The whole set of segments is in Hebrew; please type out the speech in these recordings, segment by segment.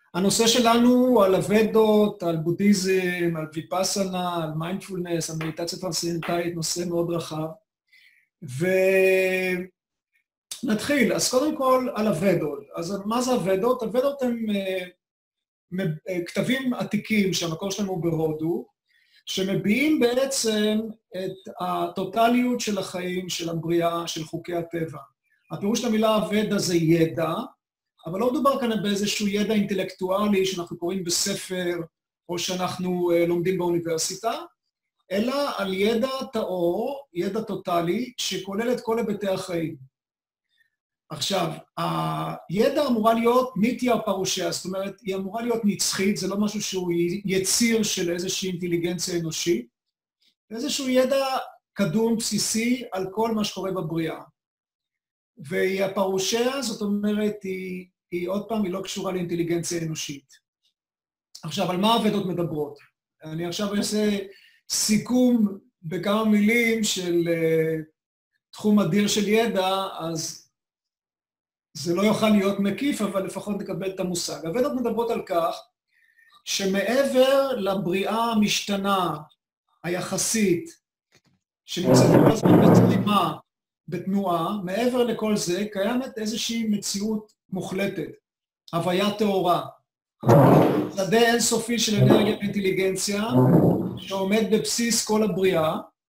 הנושא שלנו הוא על הוודות, על בודהיזם, על ויפאסנה, על מיינדפולנס, על מדיטציה טרנסצנדנטלית, נושא מאוד רחב. ונתחיל, אז קודם כל על הוודות. אז מה זה הוודות? הוודות הם כתבים עתיקים שהמקור שלנו הוא בהודו, שמביעים בעצם את הטוטליות של החיים, של הבריאה, של חוקי הטבע. הפירוש של המילה הוודה זה ידע, אבל לא מדובר כאן באיזשהו ידע אינטלקטואלי שאנחנו קוראים בספר או שאנחנו לומדים באוניברסיטה, אלא על ידע טהור, ידע טוטלי, שכולל את כל היבטי החיים. עכשיו, הידע אמורה להיות ניטיה פרושיה, זאת אומרת, היא אמורה להיות נצחית, זה לא משהו שהוא יציר של איזושהי אינטליגנציה אנושית, איזשהו ידע קדום, בסיסי, על כל מה שקורה בבריאה. והפרושיה, זאת אומרת, היא עוד פעם, היא לא קשורה לאינטליגנציה אנושית. עכשיו, על מה הוודות מדברות? אני עכשיו אעשה סיכום בכמה מילים של תחום אדיר של ידע, אז זה לא יוכל להיות מקיף, אבל לפחות נקבל את המושג. הוודות מדברות על כך שמעבר לבריאה המשתנה, היחסית, שנמצאת כל הזמן בצלימה, בתנועה, מעבר לכל זה, קיימת איזושהי מציאות מוחלטת, הוויה טהורה, שדה אינסופי של אנרגיה ואינטליגנציה, שעומד בבסיס כל הבריאה.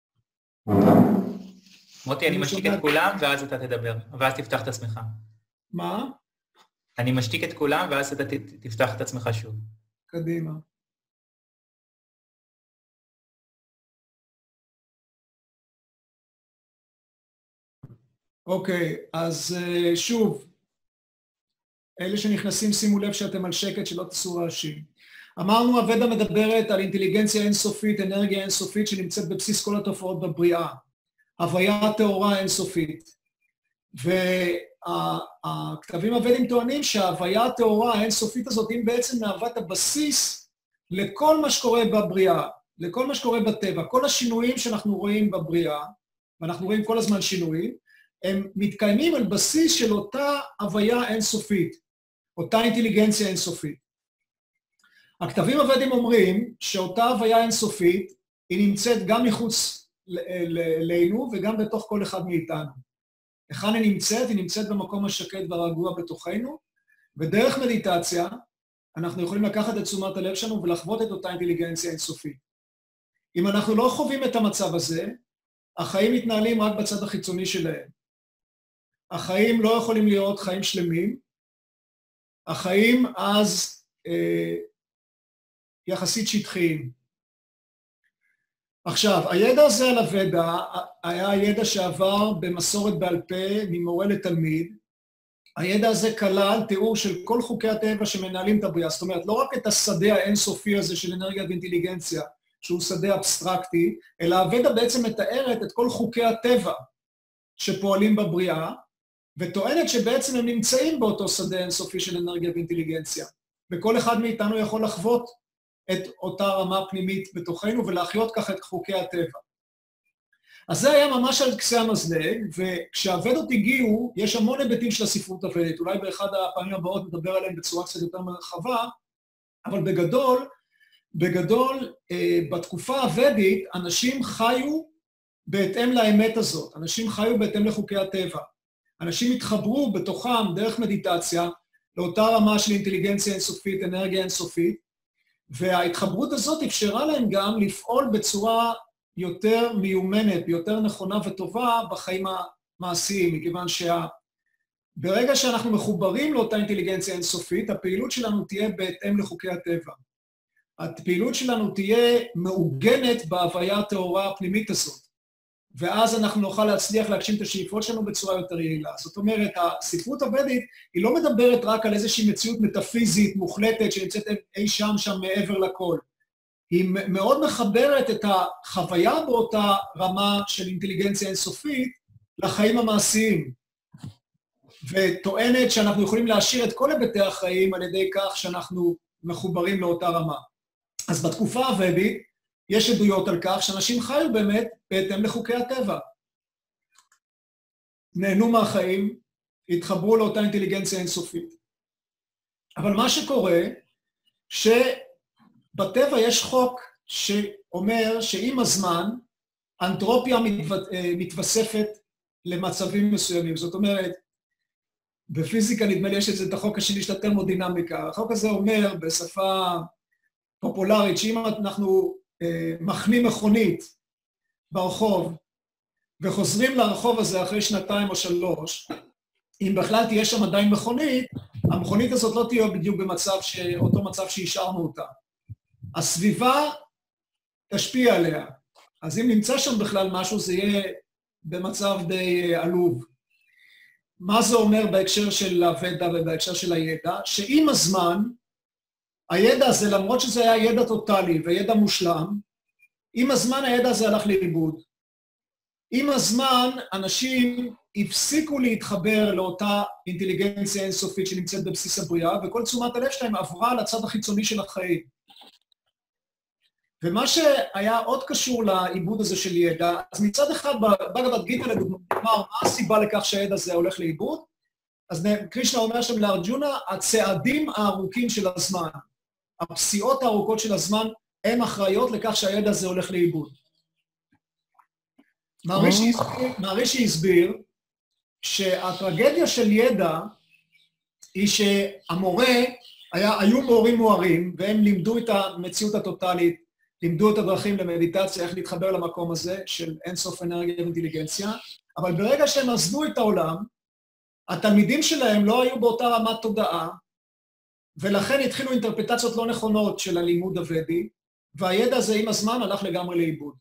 מוטי, אני משתיק את כולם, ואז אתה תדבר, ואז תפתח את עצמך. מה? אני משתיק את כולם, ואז אתה תפתח את עצמך שוב. קדימה. אוקיי, אז שוב, אלה שנכנסים, שימו לב שאתם על שקט, שלא תעשו רעשים. אמרנו, הוודה מדברת על אינטליגנציה אינסופית, אנרגיה אינסופית, שנמצאת בבסיס כל התופעות בבריאה. הוויה טהורה אינסופית. והכתבים הוודיים טוענים שההוויה הטהורה האינסופית הזאת, היא בעצם מהוות הבסיס לכל מה שקורה בבריאה, לכל מה שקורה בטבע. כל השינויים שאנחנו רואים בבריאה, ואנחנו רואים כל הזמן שינויים, הם מתקיימים על בסיס של אותה הוויה אינסופית, אותה אינטליגנציה אינסופית. הכתבים הוודיים אומרים שאותה הוויה אינסופית היא נמצאת גם מחוץ אלינו וגם בתוך כל אחד מאיתנו. היכן היא נמצאת? היא נמצאת במקום השקט והרגוע בתוכנו, ודרך מדיטציה אנחנו יכולים לקחת את תשומת הלב שלנו ולחוות את אותה אינטליגנציה אינסופית. אם אנחנו לא חווים את המצב הזה, החיים מתנהלים רק בצד החיצוני שלהם. החיים לא יכולים להיות חיים שלמים, החיים אז יחסית שטחיים. עכשיו, הידע הזה על הוודה היה הידע שעבר במסורת בעל פה ממורה לתלמיד. הידע הזה כלל תיאור של כל חוקי הטבע שמנהלים את הבריאה, זאת אומרת, לא רק את השדה האינסופי הזה של אנרגיה ואינטליגנציה, שהוא שדה אבסטרקטי, אלא הוודה בעצם מתארת את כל חוקי הטבע שפועלים בבריאה, וטוענת שבעצם הם נמצאים באותו שדה אינסופי של אנרגיה ואינטליגנציה, וכל אחד מאיתנו יכול לחוות את אותה רמה פנימית בתוכנו, ולהחיות כך את חוקי הטבע. אז זה היה ממש על קצה המזלג, וכשהוודות הגיעו, יש המון היבטים של הספרות הוודית, אולי באחד הפעמים הבאות נדבר עליהם בצורה קצת יותר מרחבה, אבל בגדול, בתקופה הוודית, אנשים חיו בהתאם לאמת הזאת, אנשים חיו בהתאם לחוקי הטבע. אנשים התחברו בתוכם דרך מדיטציה, לאותה רמה של אינטליגנציה אינסופית, אנרגיה אינסופית, וההתחברות הזאת אפשרה להם גם לפעול בצורה יותר מיומנת, יותר נכונה וטובה בחיים המעשיים, מכיוון ברגע שאנחנו מחוברים לאותה אינטליגנציה אינסופית, הפעילות שלנו תהיה בהתאם לחוקי הטבע. הפעילות שלנו תהיה מעוגנת בהוויה הטהורה הפנימית הזאת, ואז אנחנו נוכל להצליח להגשים את השאיפות שלנו בצורה יותר יעילה. זאת אומרת, הספרות הוודית היא לא מדברת רק על איזושהי מציאות מטאפיזית מוחלטת שנמצאת אי שם מעבר לכל. היא מאוד מחברת את החוויה באותה רמה של אינטליגנציה אינסופית לחיים המעשיים, וטוענת שאנחנו יכולים להשאיר את כל היבטי החיים על ידי כך שאנחנו מחוברים לאותה רמה. אז בתקופה הוודית יש עדויות על כך שאנשים חיו באמת בהתאם לחוקי הטבע. נהנו מהחיים, התחברו לאותה אינטליגנציה אינסופית. אבל מה שקורה, שבטבע יש חוק שאומר שעם הזמן, אנטרופיה מתווספת למצבים מסוימים. זאת אומרת, בפיזיקה נדמה לי יש את החוק השני של הטרמודינמיקה. החוק הזה אומר בשפה פופולרית, שאם אנחנו מכנים מכונית ברחוב, וחוזרים לרחוב הזה אחרי 2 או 3, אם בכלל תהיה שם עדיין מכונית, המכונית הזאת לא תהיה בדיוק אותו מצב שהשארנו אותה. הסביבה תשפיע עליה. אז אם נמצא שם בכלל משהו, זה יהיה במצב די עלוב. מה זה אומר בהקשר של הוודע ובהקשר של הידע? שעם הזמן, הידע הזה, למרות שזה היה ידע טוטלי וידע מושלם, עם הזמן הידע הזה הלך לאיבוד. עם הזמן אנשים הפסיקו להתחבר לאותה אינטליגנציה אינסופית שנמצאת בבסיס הבריאה, וכל תשומת הלב שלהם עברה לצד החיצוני של החיים. ומה שהיה עוד קשור לאיבוד הזה של ידע, אז מצד אחד בבגבד גיטה לדוגמה, מה הסיבה לכך שהידע הזה הולך לאיבוד? אז קרישנה אומר שם לארג'ונה, הצעדים הארוכים של הזמן, הפסיעות הארוכות של הזמן, הן אחראיות לכך שהידע הזה הולך לאיבוד. מהרישי הסביר שהטרגדיה של ידע היא שהמורה, היו מורים מוארים, והם לימדו את המציאות הטוטלית, לימדו את הדרכים למדיטציה, איך להתחבר למקום הזה של אינסוף אנרגיה ואינטליגנציה, אבל ברגע שהם עזבו את העולם, התלמידים שלהם לא היו באותה רמת תודעה, ולכן התחילו אינטרפטציות לא נכונות של הלימוד הוודי, והידע הזה עם הזמן הלך לגמרי לאיבוד.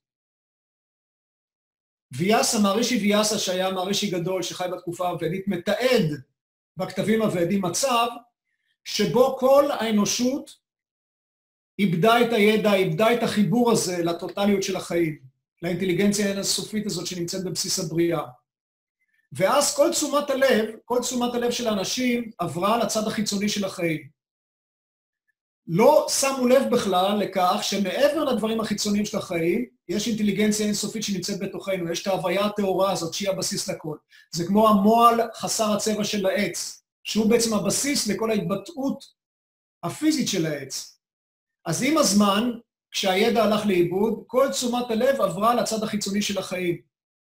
ויאסה, מהרישי ויאסה, שהיה מהרישי גדול שחי בתקופה הוודית, מתעד בכתבים הוודים מצב שבו כל האנושות איבדה את הידע, איבדה את החיבור הזה לטוטליות של החיים, לאינטליגנציה האינסופית הזאת שנמצאת בבסיס הבריאה. ואז כל תשומת הלב של האנשים עברה לצד החיצוני של החיים. לא שמו לב בכלל לכך שמעבר לדברים החיצוניים של החיים, יש אינטליגנציה אינסופית שנמצאת בתוכנו, יש את ההוויה הטהורה הזאת שהיא הבסיס לכל. זה כמו המועל חסר הצבע של העץ, שהוא בעצם הבסיס לכל ההתבטאות הפיזית של העץ. אז עם הזמן, כשהידע הלך לאיבוד, כל תשומת הלב עברה לצד החיצוני של החיים.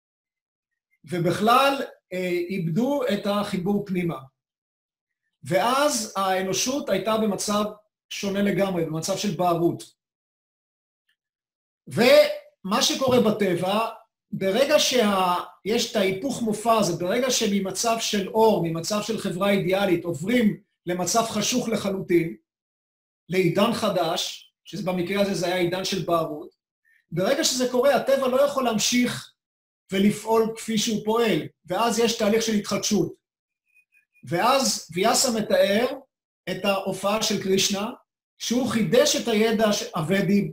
ובכלל איבדו את החיבור פנימה. ואז האנושות הייתה במצב שונה לגמרי, במצב של בערות. ומה שקורה בטבע, ברגע שיש את ההיפוך מופע הזה, ברגע שממצב של אור, ממצב של חברה אידיאלית, עוברים למצב חשוך לחלוטין, לעידן חדש, שבמקרה הזה זה היה עידן של בערות, ברגע שזה קורה, הטבע לא יכול להמשיך ולפעול כפי שהוא פועל, ואז יש תהליך של התחדשות. ואז ויאסה מתאר את ההופעה של קרישנה, שהוא חידש את הידע הוודי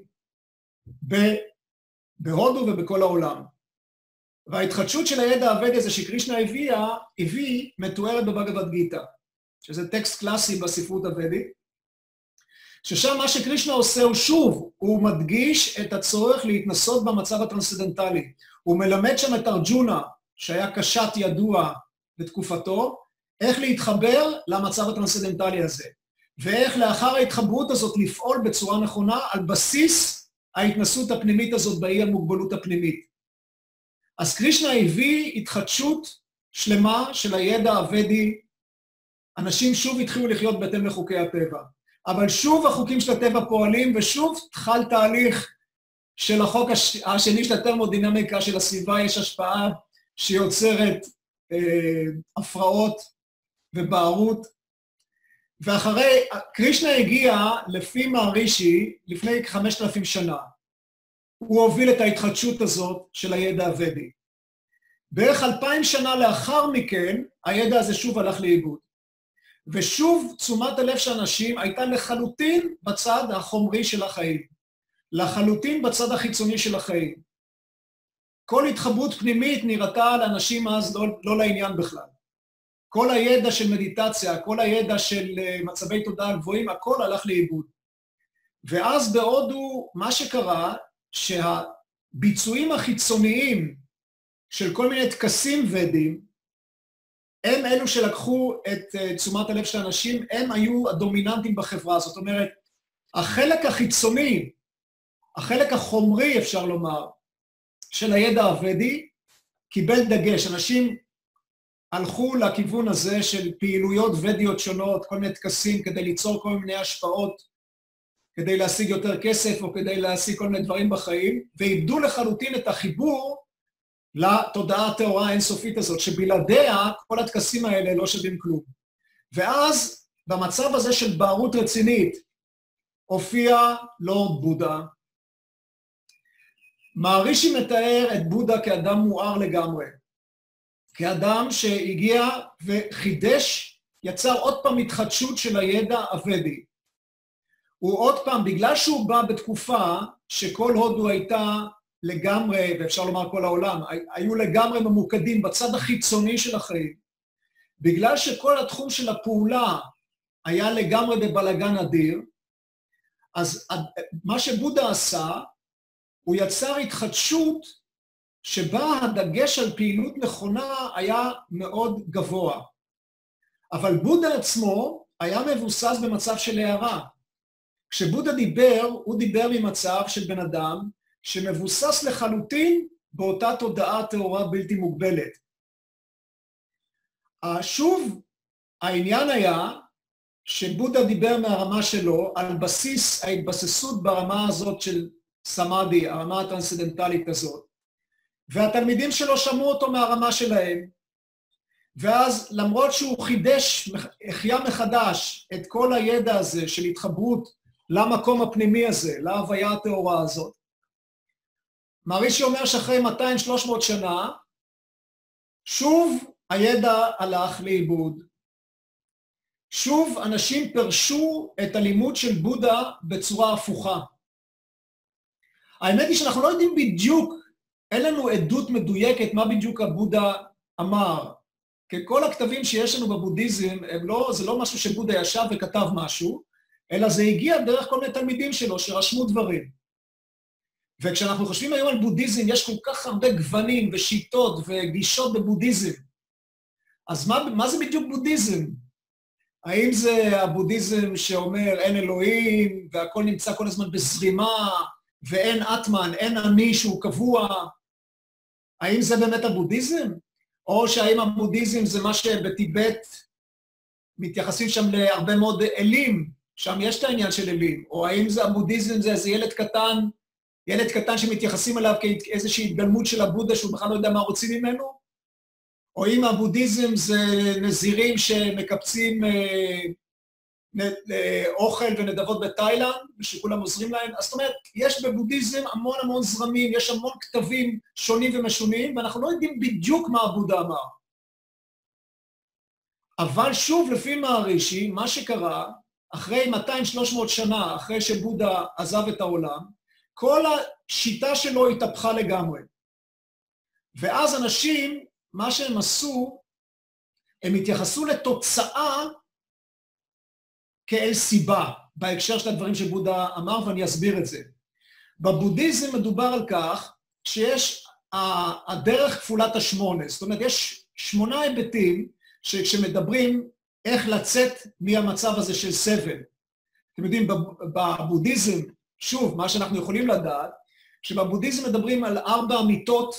בהודו ובכל העולם. וההתחדשות של הידע הוודי הזה שקרישנה הביא מתוארת בבגבד גיטה, שזה טקסט קלאסי בספרות הוודית, ששם מה שקרישנה עושה הוא שוב, הוא מדגיש את הצורך להתנסות במצב הטרנסצנדנטלי. הוא מלמד שם את ארג'ונה, שהיה קשת ידוע בתקופתו, איך להתחבר למצב הטרנסצנדנטלי הזה, ואיך לאחר ההתחברות הזאת לפעול בצורה נכונה על בסיס ההתנסות הפנימית הזאת באי המוגבלות הפנימית. אז קרישנה הביא התחדשות שלמה של הידע הוודי, אנשים שוב התחילו לחיות בהתאם לחוקי הטבע. אבל שוב החוקים של הטבע פועלים, ושוב חל תהליך של החוק השני של הטרמודינמיקה של הסביבה, יש השפעה שיוצרת הפרעות ובערות. ואחרי, קרישנה הגיע לפי מהרישי לפני 5,000 שנה. הוא הוביל את ההתחדשות הזאת של הידע הוודי. בערך 2,000 שנה לאחר מכן, הידע הזה שוב הלך לאיבוד. ושוב תשומת הלב של אנשים הייתה לחלוטין בצד החומרי של החיים, לחלוטין בצד החיצוני של החיים. כל התחברות פנימית נראתה לאנשים אז לא לעניין בכלל. כל הידע של מדיטציה, כל הידע של מצבי תודעה גבוהים, הכל הלך לאיבוד. ואז בהודו מה שקרה, שהביצועים החיצוניים של כל מיני טקסים ודים, הם אלו שלקחו את תשומת הלב של האנשים, הם היו הדומיננטים בחברה. זאת אומרת, החלק החיצוני, החלק החומרי, אפשר לומר, של הידע הוודי, קיבל דגש. אנשים הלכו לכיוון הזה של פעילויות ודיות שונות, כל מיני טקסים כדי ליצור כל מיני השפעות, כדי להשיג יותר כסף או כדי להשיג כל מיני דברים בחיים, ואיבדו לחלוטין את החיבור לתודעה הטהורה האינסופית הזאת, שבלעדיה כל הטקסים האלה לא שווים כלום. ואז במצב הזה של בערות רצינית, הופיע לורד בודה. מהרישי מתאר את בודה כאדם מואר לגמרי, כאדם שהגיע וחידש, יצר עוד פעם התחדשות של הידע הוודי. הוא עוד פעם, בגלל שהוא בא בתקופה שכל הודו הייתה לגמרי, ואפשר לומר כל העולם, היו לגמרי ממוקדים בצד החיצוני של החיים, בגלל שכל התחום של הפעולה היה לגמרי בבלגן אדיר, אז מה שבודה עשה, הוא יצר התחדשות שבה הדגש על פעילות נכונה היה מאוד גבוה. אבל בודה עצמו היה מבוסס במצב של הערה. כשבודה דיבר, הוא דיבר ממצב של בן אדם שמבוסס לחלוטין באותה תודעה טהורה בלתי מוגבלת. שוב, העניין היה שבודה דיבר מהרמה שלו על בסיס ההתבססות ברמה הזאת של סמאדי, הרמה הטרנסצנדנטלית הזאת. והתלמידים שלו שמעו אותו מהרמה שלהם, ואז למרות שהוא חידש, החיה מחדש את כל הידע הזה של התחברות למקום הפנימי הזה, להוויה הטהורה הזאת, מהרישי אומר שאחרי 200-300 שנה, שוב הידע הלך לאיבוד. שוב אנשים פרשו את הלימוד של בודה בצורה הפוכה. האמת היא שאנחנו לא יודעים בדיוק, אין לנו עדות מדויקת מה בדיוק הבודה אמר. כי כל הכתבים שיש לנו בבודהיזם, זה לא משהו שבודה ישב וכתב משהו, אלא זה הגיע דרך כל מיני תלמידים שלו שרשמו דברים. וכשאנחנו חושבים היום על בודהיזם, יש כל כך הרבה גוונים ושיטות וגישות בבודהיזם. אז מה זה בדיוק בודהיזם? האם זה הבודהיזם שאומר אין אלוהים והכל נמצא כל הזמן בזרימה ואין אטמן, אין אני שהוא קבוע? האם זה באמת הבודהיזם? או שהאם הבודהיזם זה מה שבטיבט מתייחסים שם להרבה מאוד אלים, שם יש את העניין של אלים, או האם זה הבודהיזם זה איזה ילד קטן שמתייחסים אליו כאיזושהי התגלמות של הבודה שהוא בכלל לא יודע מה רוצים ממנו? או אם הבודהיזם זה נזירים שמקפצים אוכל ונדבות בתאילנד, ושכולם עוזרים להם. אז זאת אומרת, יש בבודהיזם המון המון זרמים, יש המון כתבים שונים ומשונים, ואנחנו לא יודעים בדיוק מה הבודה אמר. אבל שוב, לפי מהרישי, מה שקרה, אחרי 200-300 שנה, אחרי שבודה עזב את העולם, כל השיטה שלו התהפכה לגמרי. ואז אנשים, מה שהם עשו, הם התייחסו לתוצאה כאל סיבה, בהקשר של הדברים שבודה אמר, ואני אסביר את זה. בבודהיזם מדובר על כך שיש הדרך כפולת השמונה, זאת אומרת, יש 8 היבטים שכשמדברים איך לצאת מהמצב הזה של סבל. אתם יודעים, בבודהיזם, שוב, מה שאנחנו יכולים לדעת, שבבודהיזם מדברים על 4 אמיתות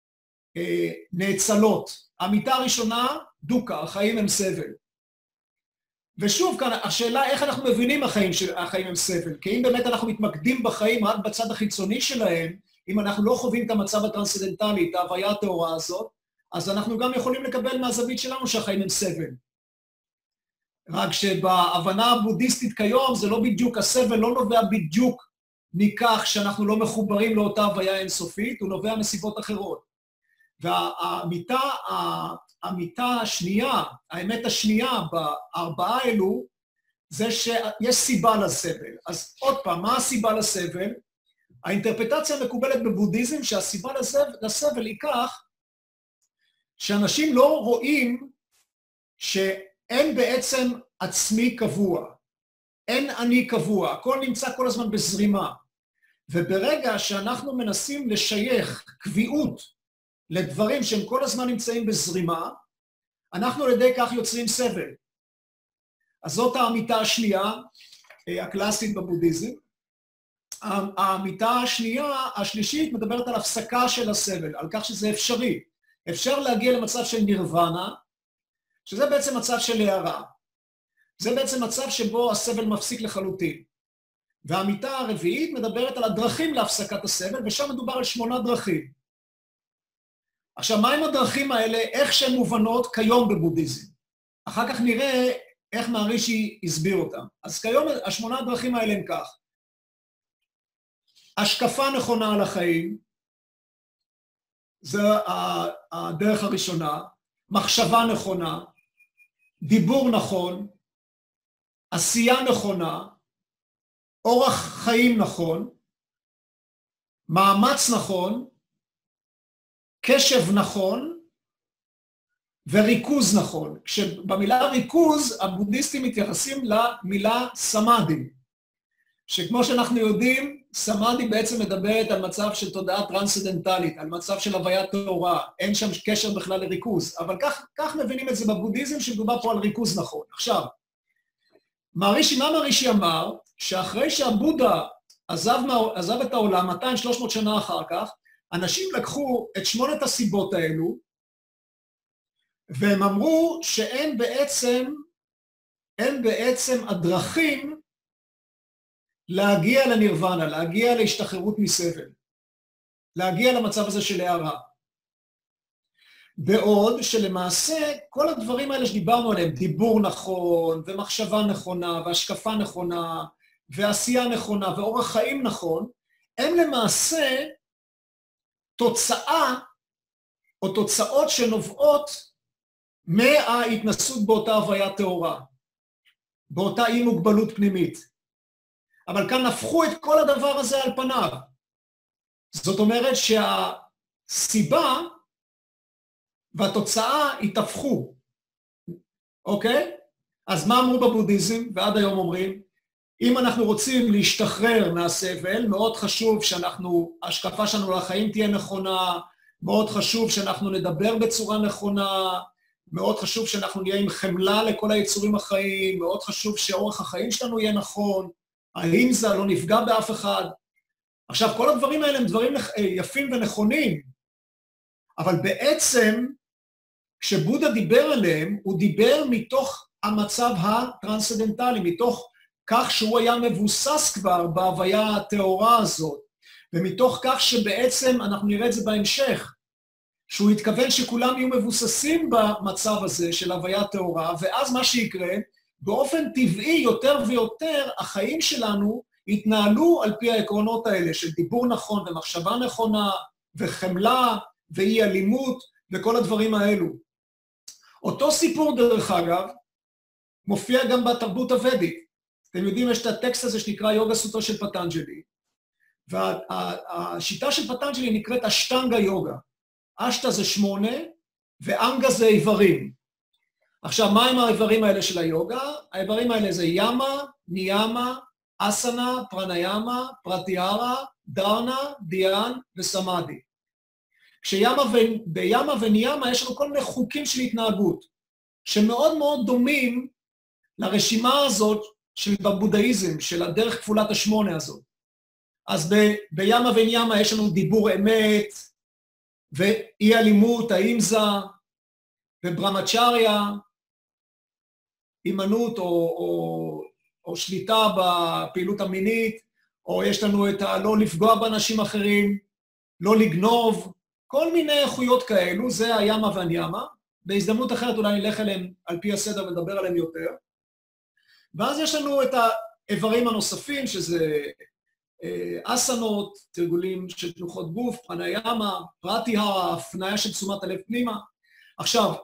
נאצלות. האמיתה הראשונה, דוקה, החיים הם סבל. ושוב, כאן, השאלה איך אנחנו מבינים החיים הם סבל, כי אם באמת אנחנו מתמקדים בחיים רק בצד החיצוני שלהם, אם אנחנו לא חווים את המצב הטרנסצנדנטלי, את ההוויה הטהורה הזאת, אז אנחנו גם יכולים לקבל מהזווית שלנו שהחיים הם סבל. רק שבהבנה הבודהיסטית כיום, זה לא בדיוק, הסבל לא נובע בדיוק מכך שאנחנו לא מחוברים לאותה הוויה אינסופית, הוא נובע מסיבות אחרות. והאמיתה השנייה, האמת השנייה ב4 אלו, זה שיש סיבה לסבל. אז עוד פעם, מה הסיבה לסבל? האינטרפטציה המקובלת בבודהיזם שהסיבה לסבל היא כך, שאנשים לא רואים שאין בעצם עצמי קבוע, אין אני קבוע, הכל נמצא כל הזמן בזרימה. וברגע שאנחנו מנסים לשייך קביעות לדברים שהם כל הזמן נמצאים בזרימה, אנחנו על ידי כך יוצרים סבל. אז זאת האמיתה השנייה, הקלאסית בבודהיזם. האמיתה השלישית מדברת על הפסקה של הסבל, על כך שזה אפשרי. אפשר להגיע למצב של נירוונה, שזה בעצם מצב של הערה. זה בעצם מצב שבו הסבל מפסיק לחלוטין. והאמיתה הרביעית מדברת על הדרכים להפסקת הסבל, ושם מדובר על 8 דרכים. עכשיו, מה עם הדרכים האלה, איך שהן מובנות כיום בבודהיזם? אחר כך נראה איך מהרישי הסביר אותם. אז כיום 8 הדרכים האלה הם כך. השקפה נכונה על החיים, זו הדרך הראשונה, מחשבה נכונה, דיבור נכון, עשייה נכונה, אורח חיים נכון, מאמץ נכון, קשב נכון, וריכוז נכון. כשבמילה ריכוז, הבודהיסטים מתייחסים למילה סמאדי, שכמו שאנחנו יודעים, סמאדי בעצם מדברת על מצב של תודעה טרנסצנדנטלית, על מצב של הוויה טהורה, אין שם קשר בכלל לריכוז, אבל כך מבינים את זה בבודהיזם, שמדובר פה על ריכוז נכון. עכשיו, מה מהרישי אמר? שאחרי שהבודה עזב את העולם, 200-300 שנה אחר כך, אנשים לקחו את 8 הסיבות האלו, והם אמרו שאין בעצם הדרכים להגיע לנירוונה, להגיע להשתחררות מסבל, להגיע למצב הזה של הערה. בעוד שלמעשה כל הדברים האלה שדיברנו עליהם, דיבור נכון, ומחשבה נכונה, והשקפה נכונה, ועשייה נכונה, ואורח חיים נכון, הם למעשה תוצאה או תוצאות שנובעות מההתנסות באותה הוויה טהורה, באותה אי מוגבלות פנימית. אבל כאן הפכו את כל הדבר הזה על פניו. זאת אומרת שהסיבה והתוצאה התהפכו. אוקיי? אז מה אמרו בבודהיזם? ועד היום אומרים, אם אנחנו רוצים להשתחרר מהסבל, מאוד חשוב ההשקפה שלנו לחיים תהיה נכונה, מאוד חשוב שאנחנו נדבר בצורה נכונה, מאוד חשוב שאנחנו נהיה עם חמלה לכל היצורים החיים, מאוד חשוב שאורך החיים שלנו יהיה נכון, ההימזה לא נפגע באף אחד. עכשיו, כל הדברים האלה הם דברים יפים ונכונים, אבל בעצם, כשבודה דיבר עליהם, הוא דיבר מתוך המצב הטרנסצנדנטלי, מתוך כך שהוא היה מבוסס כבר בהוויה הטהורה הזאת, ומתוך כך שבעצם, אנחנו נראה את זה בהמשך, שהוא התכוון שכולם יהיו מבוססים במצב הזה של הוויה טהורה, ואז מה שיקרה, באופן טבעי יותר ויותר החיים שלנו התנהלו על פי העקרונות האלה של דיבור נכון ומחשבה נכונה וחמלה ואי אלימות וכל הדברים האלו. אותו סיפור דרך אגב מופיע גם בתרבות הוודית. אתם יודעים, יש את הטקסט הזה שנקרא יוגה סוטרה של פטנג'לי, והשיטה של פטנג'לי נקראת אשטנגה יוגה. אשטה זה 8 ואנגה זה איברים. עכשיו, מה עם האיברים האלה של היוגה? האיברים האלה זה ימה, ניאמה, אסנה, פרניאמה, פרטיארה, דרנה, דיאן וסמאדי. בימה וניאמה יש לנו כל מיני חוקים של התנהגות, שמאוד מאוד דומים לרשימה הזאת של בבודהיזם, של הדרך כפולת ה8 הזאת. אז בימה וניאמה יש לנו דיבור אמת, ואי אלימות, ההימזה, וברמצ'ריה, הימנעות או שליטה בפעילות המינית, או יש לנו את לא לפגוע באנשים אחרים, לא לגנוב, כל מיני איכויות כאלו, זה הימה והניאמה. בהזדמנות אחרת אולי נלך אליהם על פי הסדר ונדבר עליהם יותר. ואז יש לנו את האיברים הנוספים, שזה אסנות, תרגולים של תנוחות גוף, פרניאמה, פרטיהרה, הפניה של תשומת הלב פנימה. עכשיו,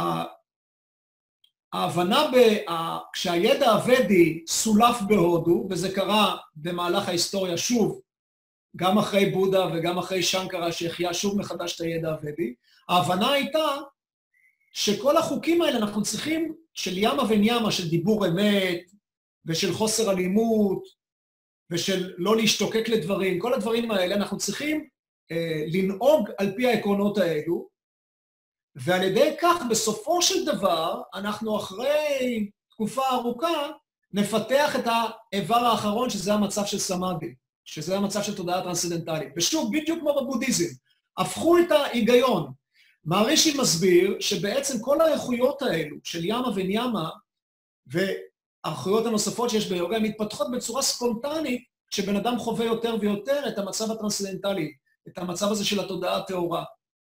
ההבנה כשהידע הוודי סולף בהודו, וזה קרה במהלך ההיסטוריה שוב, גם אחרי בודה וגם אחרי שנקרה שהחיה שוב מחדש את הידע הוודי, ההבנה הייתה שכל החוקים האלה אנחנו צריכים, של ימה וניאמה, של דיבור אמת, ושל חוסר אלימות, ושל לא להשתוקק לדברים, כל הדברים האלה אנחנו צריכים לנהוג על פי העקרונות האלו, ועל ידי כך, בסופו של דבר, אנחנו אחרי תקופה ארוכה, נפתח את האיבר האחרון, שזה המצב של סמאדי, שזה המצב של תודעה טרנסצנדנטלית. ושוב, בדיוק כמו בבודהיזם, הפכו את ההיגיון. מהרישי מסביר שבעצם כל האיכויות האלו של ימה וניאמה, והאיכויות הנוספות שיש ביוגה, מתפתחות בצורה ספונטנית, כשבן אדם חווה יותר ויותר את המצב הטרנסצנדנטלי, את המצב הזה של התודעה הטהורה.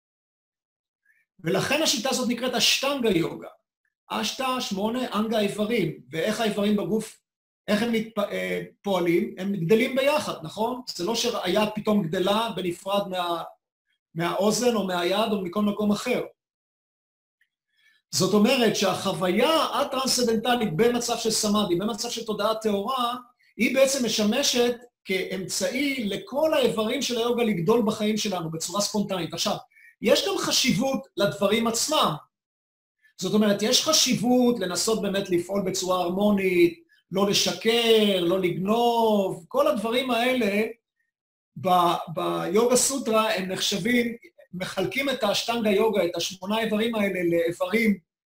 ולכן השיטה הזאת נקראת אשטנגה יוגה. אשטה, 8, אנגה האיברים, ואיך האיברים בגוף, איך הם פועלים, הם גדלים ביחד, נכון? זה לא שהיד פתאום גדלה בנפרד מהאוזן או מהיד או מכל מקום אחר. זאת אומרת שהחוויה הטרנסצנדנטלית במצב של סמאדי, במצב של תודעה טהורה, היא בעצם משמשת כאמצעי לכל האיברים של היוגה לגדול בחיים שלנו בצורה ספונטנית. עכשיו, יש גם חשיבות לדברים עצמם. זאת אומרת, יש חשיבות לנסות באמת לפעול בצורה הרמונית, לא לשקר, לא לגנוב, כל הדברים האלה ביוגה סוטרה הם נחשבים, מחלקים את האשטנגה יוגה, את 8 איברים האלה לאיברים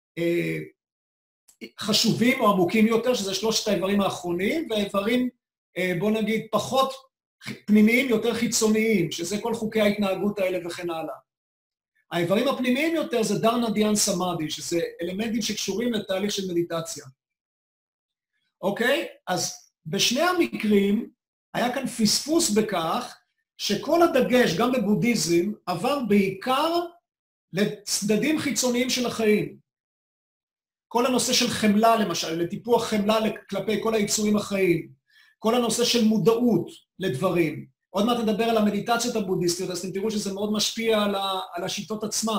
חשובים או עמוקים יותר, שזה 3 האיברים האחרונים, ואיברים, בוא נגיד, פחות פנימיים, יותר חיצוניים, שזה כל חוקי ההתנהגות האלה וכן הלאה. האיברים הפנימיים יותר זה דרנה דיאן סמאדי, שזה אלמנטים שקשורים לתהליך של מדיטציה. אוקיי? אז בשני המקרים היה כאן פספוס בכך שכל הדגש, גם בבודהיזם, עבר בעיקר לצדדים חיצוניים של החיים. כל הנושא של חמלה, למשל, לטיפוח חמלה כלפי כל היצורים החיים. כל הנושא של מודעות לדברים. עוד מעט נדבר על המדיטציות הבודהיסטיות, אז אתם תראו שזה מאוד משפיע על השיטות עצמן.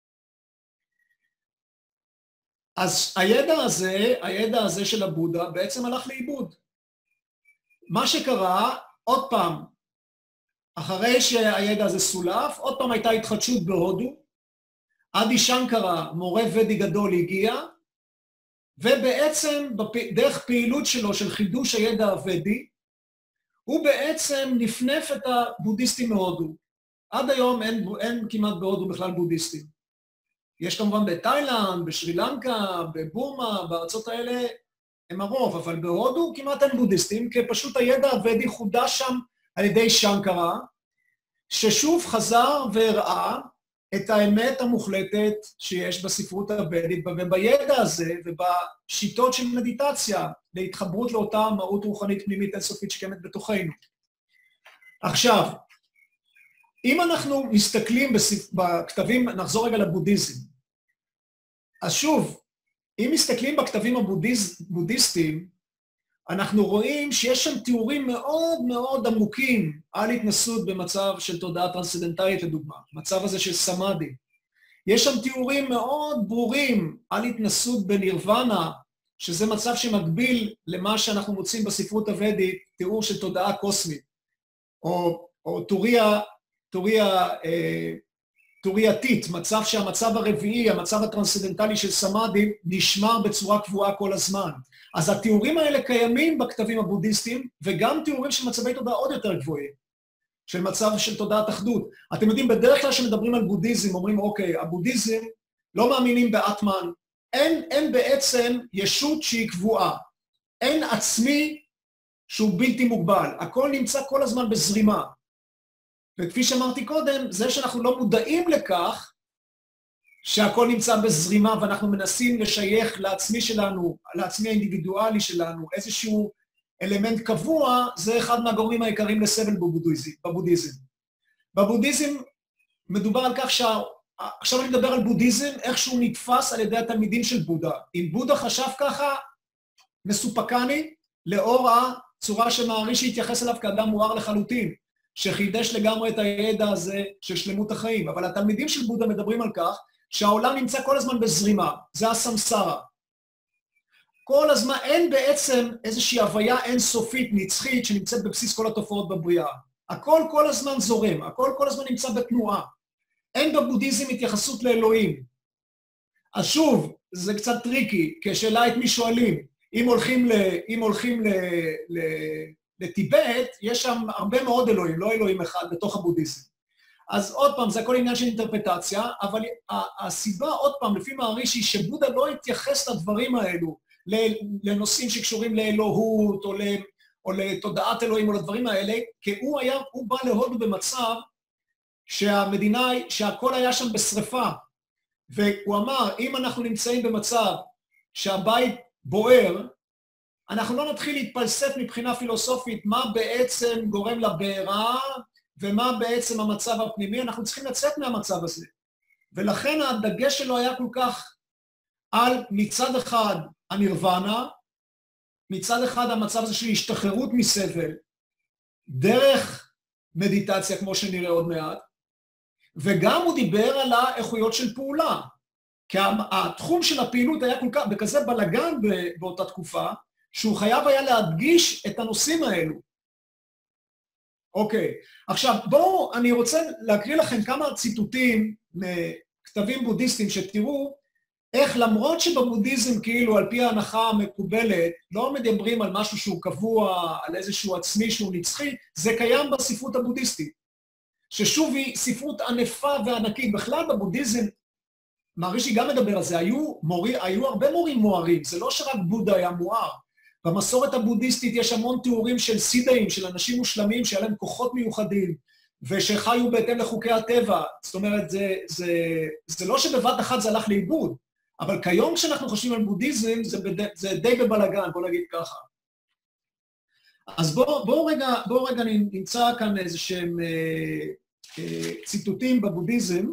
אז הידע הזה של הבודה בעצם הלך לאיבוד. מה שקרה, עוד פעם, אחרי שהידע הזה סולף, עוד פעם הייתה התחדשות בהודו, אדי שנקרה, מורה ודי גדול, הגיע, ובעצם דרך פעילות שלו של חידוש הידע הוודי, הוא בעצם נפנף את הבודהיסטים מהודו. עד היום אין כמעט בהודו בכלל בודהיסטים. יש כמובן בתאילנד, בשרי לנקה, בבורמה, בארצות האלה הם הרוב, אבל בהודו כמעט אין בודהיסטים, כי פשוט הידע הוודי חודש שם על ידי שנקרה, ששוב חזר והראה את האמת המוחלטת שיש בספרות הוודית, ובידע הזה ובשיטות של מדיטציה, להתחברות לאותה מהות רוחנית פנימית אינסופית שקיימת בתוכנו. עכשיו, אם אנחנו מסתכלים בכתבים, נחזור רגע לבודהיזם. אז שוב, אם מסתכלים בכתבים הבודהיסטיים, אנחנו רואים שיש שם תיאורים מאוד מאוד עמוקים על התנסות במצב של תודעה טרנסצנדנטלית לדוגמה, מצב הזה של סמאדי. יש שם תיאורים מאוד ברורים על התנסות בנירוונה, שזה מצב שמקביל למה שאנחנו מוצאים בספרות הוודית, תיאור של תודעה קוסמית, או תוריאתית, מצב שהמצב הרביעי, המצב הטרנסצנדנטלי של סמאדי, נשמר בצורה קבועה כל הזמן. אז התיאורים האלה קיימים בכתבים הבודהיסטיים, וגם תיאורים של מצבי תודעה עוד יותר גבוהים, של מצב של תודעת אחדות. אתם יודעים, בדרך כלל שמדברים על בודהיזם, אומרים, אוקיי, הבודהיזם לא מאמינים באטמן, אין בעצם ישות שהיא קבועה, אין עצמי שהוא בלתי מוגבל, הכל נמצא כל הזמן בזרימה. וכפי שאמרתי קודם, זה שאנחנו לא מודעים לכך, שהכל נמצא בזרימה ואנחנו מנסים לשייך לעצמי שלנו, לעצמי האינדיבידואלי שלנו, איזשהו אלמנט קבוע, זה אחד מהגורמים העיקריים לסבל בבודהיזם. בבודהיזם מדובר על כך עכשיו אני מדבר על בודהיזם, איך שהוא נתפס על ידי התלמידים של בודה. אם בודה חשב ככה, מסופקני, לאור הצורה שמהרישי התייחס אליו כאדם מואר לחלוטין, שחידש לגמרי את הידע הזה של שלמות החיים. אבל התלמידים של בודה מדברים על כך שהעולם נמצא כל הזמן בזרימה, זה הסמסרה. כל הזמן אין בעצם איזושהי הוויה אינסופית, נצחית, שנמצאת בבסיס כל התופעות בבריאה. הכל כל הזמן זורם, הכל כל הזמן נמצא בתנועה. אין בבודהיזם התייחסות לאלוהים. אז שוב, זה קצת טריקי, כשאלה את מי שואלים, אם הולכים לטיבט, יש שם הרבה מאוד אלוהים, לא אלוהים אחד בתוך הבודהיזם. אז עוד פעם, זה הכל עניין של אינטרפטציה, אבל הסיבה, עוד פעם, לפי מערישי, שבודה לא התייחס לדברים האלו, לנושאים שקשורים לאלוהות, או לתודעת אלוהים, או לדברים האלה, כי הוא בא להודו במצב שהכל היה שם בשריפה, והוא אמר, אם אנחנו נמצאים במצב שהבית בוער, אנחנו לא נתחיל להתפלסף מבחינה פילוסופית מה בעצם גורם לבעירה, ומה בעצם המצב הפנימי, אנחנו צריכים לצאת מהמצב הזה. ולכן הדגש שלו היה כל כך על מצד אחד הנירוונה, מצד אחד המצב הזה של השתחררות מסבל, דרך מדיטציה כמו שנראה עוד מעט, וגם הוא דיבר על האיכויות של פעולה, כי התחום של הפעילות היה כל כך, בכזה בלגן באותה תקופה, שהוא חייב היה להדגיש את הנושאים האלו. אוקיי, עכשיו בואו, אני רוצה להקריא לכם כמה ציטוטים מכתבים בודהיסטיים שתראו איך למרות שבבודהיזם כאילו על פי ההנחה המקובלת לא מדברים על משהו שהוא קבוע, על איזשהו עצמי שהוא נצחי, זה קיים בספרות הבודהיסטית, ששוב היא ספרות ענפה וענקית. בכלל בבודהיזם, מערישי גם מדבר על זה, היו הרבה מורים מוארים, זה לא שרק בודה היה מואר. במסורת הבודהיסטית יש המון תיאורים של סידאים, של אנשים מושלמים שהיה להם כוחות מיוחדים, ושחיו בהתאם לחוקי הטבע. זאת אומרת, זה לא שבבת אחת זה הלך לאיבוד, אבל כיום כשאנחנו חושבים על בודהיזם, זה די בבלגן, בוא נגיד ככה. אז בואו רגע נמצא כאן איזה שהם ציטוטים בבודהיזם.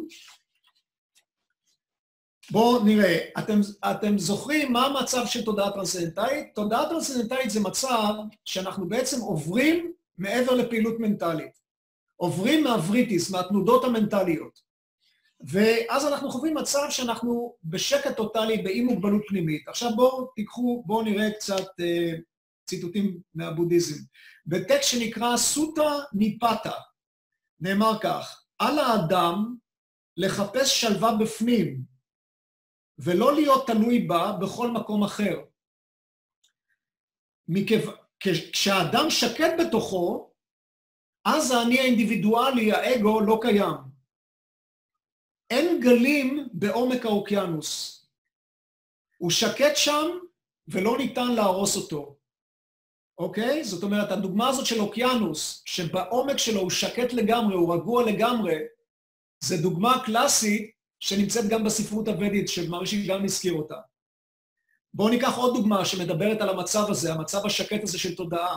בואו נראה, אתם זוכרים מה המצב של תודעה טרנסצנדנטלית? תודעה טרנסצנדנטלית זה מצב שאנחנו בעצם עוברים מעבר לפעילות מנטלית. עוברים מהווריטיס, מהתנודות המנטליות. ואז אנחנו חווים מצב שאנחנו בשקט טוטלי, באי מוגבלות פנימית. עכשיו בואו נראה קצת ציטוטים מהבודהיזם. בטקסט שנקרא סוטה ניפתה, נאמר כך, על האדם לחפש שלווה בפנים, ולא להיות תלוי בה בכל מקום אחר. כשהאדם שקט בתוכו, אז האני האינדיבידואלי, האגו, לא קיים. אין גלים בעומק האוקיינוס. הוא שקט שם ולא ניתן להרוס אותו. אוקיי? זאת אומרת, הדוגמה הזאת של אוקיינוס, שבעומק שלו הוא שקט לגמרי, הוא רגוע לגמרי, זה דוגמה קלאסית שנמצאת גם בספרות הוודית, שמערישי גם הזכיר אותה. בואו ניקח עוד דוגמה שמדברת על המצב הזה, המצב השקט הזה של תודעה.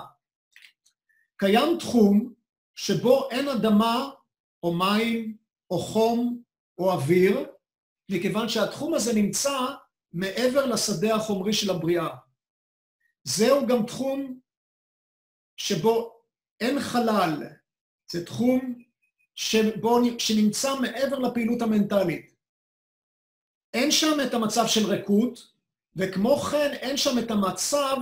קיים תחום שבו אין אדמה או מים או חום או אוויר, מכיוון שהתחום הזה נמצא מעבר לשדה החומרי של הבריאה. זהו גם תחום שבו אין חלל, זה תחום שנמצא מעבר לפעילות המנטלית. אין שם את המצב של ריקות, וכמו כן אין שם את המצב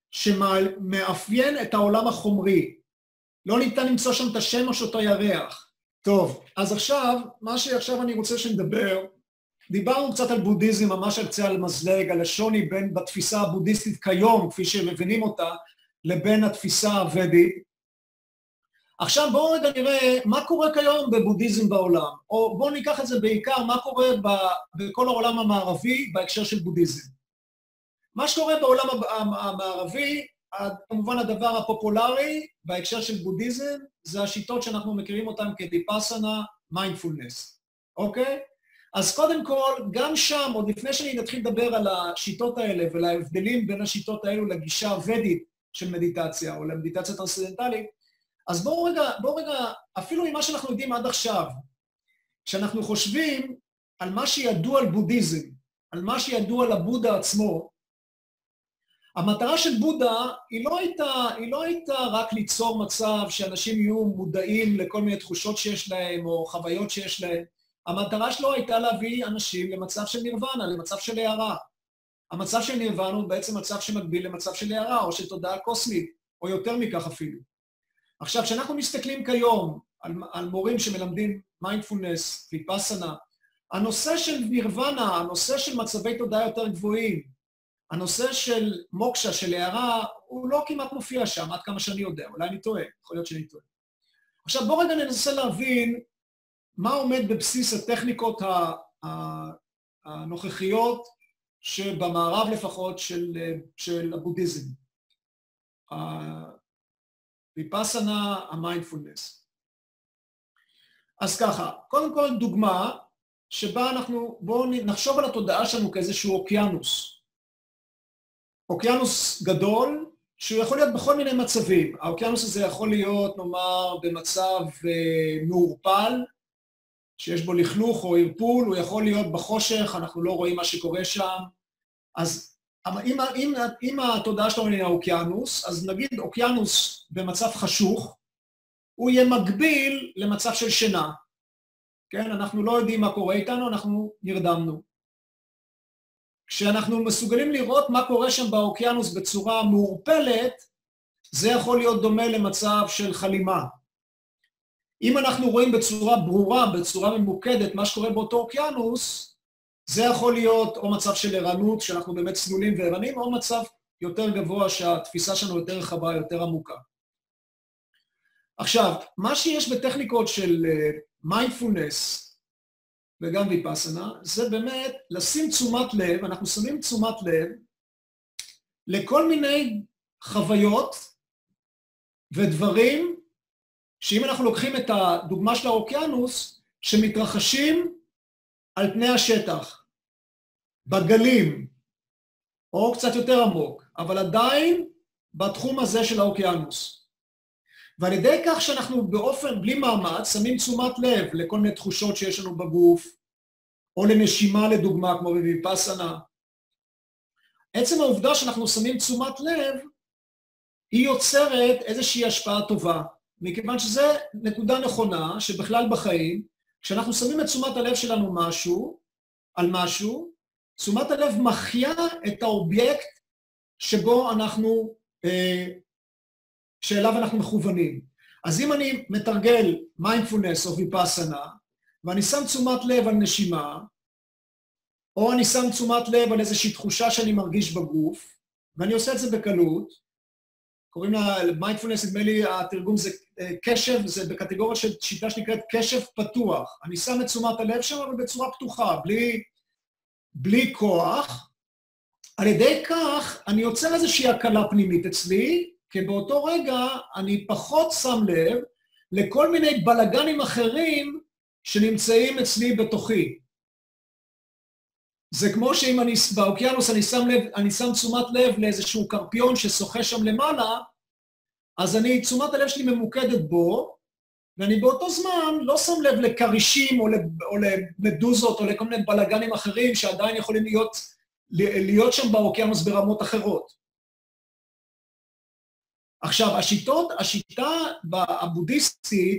שמאפיין את העולם החומרי. לא ניתן למצוא שם את השמש או את הירח. טוב, אז עכשיו, מה שעכשיו אני רוצה שנדבר, דיברנו קצת על בודהיזם, ממש על קצה על מזלג, על השוני בין בתפיסה הבודהיסטית כיום, כפי שמבינים אותה, לבין התפיסה הוודית. עכשיו בואו רגע נראה מה קורה כיום בבודהיזם בעולם, או בואו ניקח את זה בעיקר, מה קורה בכל העולם המערבי בהקשר של בודהיזם. מה שקורה בעולם המערבי, כמובן הדבר הפופולרי בהקשר של בודהיזם, זה השיטות שאנחנו מכירים אותן כוויפאסנה, מיינדפולנס, אוקיי? אז קודם כל, גם שם, עוד לפני שאני נתחיל לדבר על השיטות האלה ולהבדלים בין השיטות האלו לגישה הוודית של מדיטציה או למדיטציה טרנסצנדנטלית, אז בואו רגע, אפילו ממה שאנחנו יודעים עד עכשיו, כשאנחנו חושבים על מה שידוע על בודהיזם, על מה שידוע על הבודה עצמו, המטרה של בודה היא לא הייתה רק ליצור מצב שאנשים יהיו מודעים לכל מיני תחושות שיש להם או חוויות שיש להם. המטרה שלו הייתה להביא אנשים למצב של נירוונה, למצב של הערה. המצב של נירוונה הוא בעצם מצב שמקביל למצב של הערה או של תודעה קוסמית, או יותר מכך אפילו. עכשיו, כשאנחנו מסתכלים כיום על מורים שמלמדים מיינדפולנס, ויפאסנה, הנושא של נירוונה, הנושא של מצבי תודעה יותר גבוהים, הנושא של מוקשה, של הערה, הוא לא כמעט מופיע שם, עד כמה שאני יודע, אולי אני טועה, יכול להיות שאני טועה. עכשיו בואו רגע ננסה להבין מה עומד בבסיס הטכניקות הנוכחיות שבמערב לפחות של הבודהיזם? ויפאסנה, המיינדפולנס. אז ככה, קודם כל דוגמה שבה בואו נחשוב על התודעה שלנו כאיזשהו אוקיינוס. אוקיינוס גדול, שהוא יכול להיות בכל מיני מצבים. האוקיינוס הזה יכול להיות, נאמר, במצב מעורפל, שיש בו לכלוך או ערפול, הוא יכול להיות בחושך, אנחנו לא רואים מה שקורה שם. אז אם התודעה שלנו היא האוקיינוס, אז נגיד אוקיינוס במצב חשוך, הוא יהיה מקביל למצב של שינה. כן? אנחנו לא יודעים מה קורה איתנו, אנחנו נרדמנו. כשאנחנו מסוגלים לראות מה קורה שם באוקיינוס בצורה מעורפלת, זה יכול להיות דומה למצב של חלימה. אם אנחנו רואים בצורה ברורה, בצורה ממוקדת, מה שקורה באותו אוקיינוס, זה יכול להיות או מצב של ערנות, שאנחנו באמת צלולים וערנים, או מצב יותר גבוה שהתפיסה שלנו יותר רחבה, יותר עמוקה. עכשיו, מה שיש בטכניקות של מיינדפולנס וגם ויפאסנה, זה באמת לשים תשומת לב, אנחנו שמים תשומת לב לכל מיני חוויות ודברים, שאם אנחנו לוקחים את הדוגמה של האוקיינוס, שמתרחשים על פני השטח, בגלים, או קצת יותר עמוק, אבל עדיין בתחום הזה של האוקיינוס. ועל ידי כך שאנחנו באופן, בלי מאמץ, שמים תשומת לב לכל מיני תחושות שיש לנו בגוף, או לנשימה לדוגמה, כמו בויפאסנה. עצם העובדה שאנחנו שמים תשומת לב, היא יוצרת איזושהי השפעה טובה, מכיוון שזו נקודה נכונה, שבכלל בחיים, כשאנחנו שמים את תשומת הלב שלנו על משהו, תשומת הלב מחיה את האובייקט שבו שאליו אנחנו מכוונים. אז אם אני מתרגל מיינדפולנס או ויפאסנה, ואני שם תשומת לב על נשימה, או אני שם תשומת לב על איזושהי תחושה שאני מרגיש בגוף, ואני עושה את זה בקלות, קוראים לה מיינדפולנס, נדמה לי התרגום זה קשב, זה בקטגוריה של שיטה שנקראת קשב פתוח. אני שם את תשומת הלב שם, אבל בצורה פתוחה, בלי כוח. על ידי כך אני יוצר איזושהי הקלה פנימית אצלי, כי באותו רגע אני פחות שם לב לכל מיני בלגנים אחרים שנמצאים אצלי בתוכי. זה כמו שאם באוקיינוס אני שם תשומת לב לאיזשהו קרפיון ששוחה שם למעלה, אז תשומת הלב שלי ממוקדת בו, ואני באותו זמן לא שם לב לקרישים או למדוזות או לכל מיני בלגנים אחרים שעדיין יכולים להיות שם באוקיינוס ברמות אחרות. עכשיו, השיטה הבודהיסטית,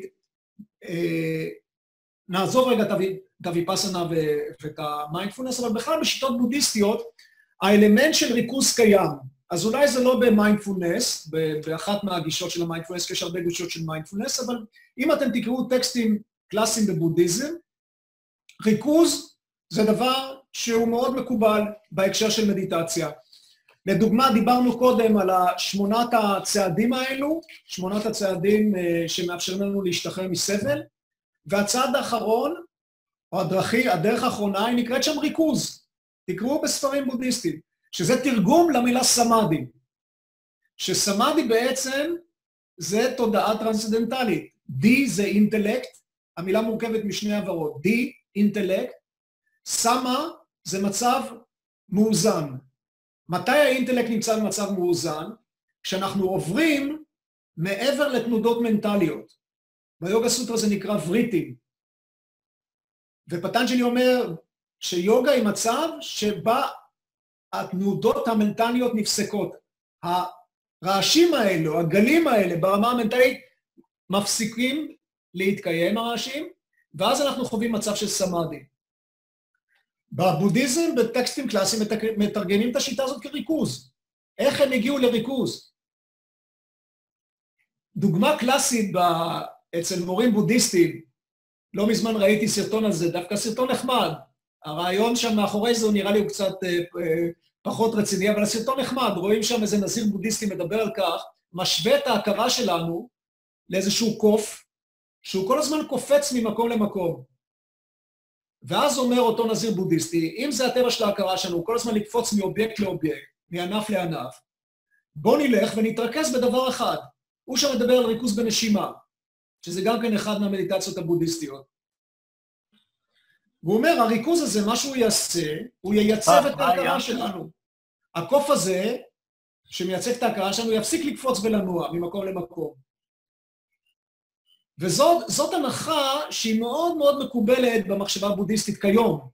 נעזוב רגע את הויפאסנה ואת המיינדפולנס, אבל בכלל בשיטות בודהיסטיות, האלמנט של ריכוז קיים. אז אולי זה לא במיינדפולנס, באחת מהגישות של המיינדפולנס, כי יש הרבה גישות של מיינדפולנס, אבל אם אתם תקראו טקסטים קלאסיים בבודהיזם, ריכוז זה דבר שהוא מאוד מקובל בהקשר של מדיטציה. לדוגמה, דיברנו קודם על 8 הצעדים האלו, 8 הצעדים שמאפשרים לנו להשתחרר מסבל, והצעד האחרון, או הדרך האחרונה, היא נקראת שם ריכוז. תקראו בספרים בודהיסטיים, שזה תרגום למילה סמאדי. שסמאדי בעצם זה תודעה טרנסצנדנטלית. D זה אינטלקט, המילה מורכבת משני עברות. D, אינטלקט, סמה זה מצב מאוזן. מתי האינטלקט נמצא במצב מאוזן? כשאנחנו עוברים מעבר לתנודות מנטליות. ביוגה סוטרה זה נקרא וריטים. ופטנג'לי אומר שיוגה היא מצב שבה התנודות המנטליות נפסקות. הרעשים האלו, הגלים האלה ברמה המנטלית מפסיקים להתקיים הרעשים, ואז אנחנו חווים מצב של סמאדי. בבודהיזם, בטקסטים קלאסיים, מתרגמים את השיטה הזאת כריכוז. איך הם הגיעו לריכוז? דוגמה קלאסית אצל מורים בודהיסטים, לא מזמן ראיתי סרטון על זה, דווקא סרטון נחמד. הרעיון שם מאחורי זה נראה לי הוא קצת פחות רציני, אבל הסרטון נחמד, רואים שם איזה נזיר בודהיסטי מדבר על כך, משווה את ההכרה שלנו לאיזשהו קוף, שהוא כל הזמן קופץ ממקום למקום. ואז אומר אותו נזיר בודהיסטי, אם זה הטבע של ההכרה שלנו, כל הזמן לקפוץ מאובייקט לאובייקט, מענף לענף, בוא נלך ונתרכז בדבר אחד. הוא שם מדבר על ריכוז בנשימה, שזה גם כן אחד מהמדיטציות הבודהיסטיות. והוא אומר, הריכוז הזה, מה שהוא יעשה, הוא ייצב את ההכרה שלנו. הקוף הזה, שמייצג את ההכרה שלנו, יפסיק לקפוץ ולנוע ממקום למקום. וזאת הנחה שהיא מאוד מאוד מקובלת במחשבה הבודהיסטית כיום.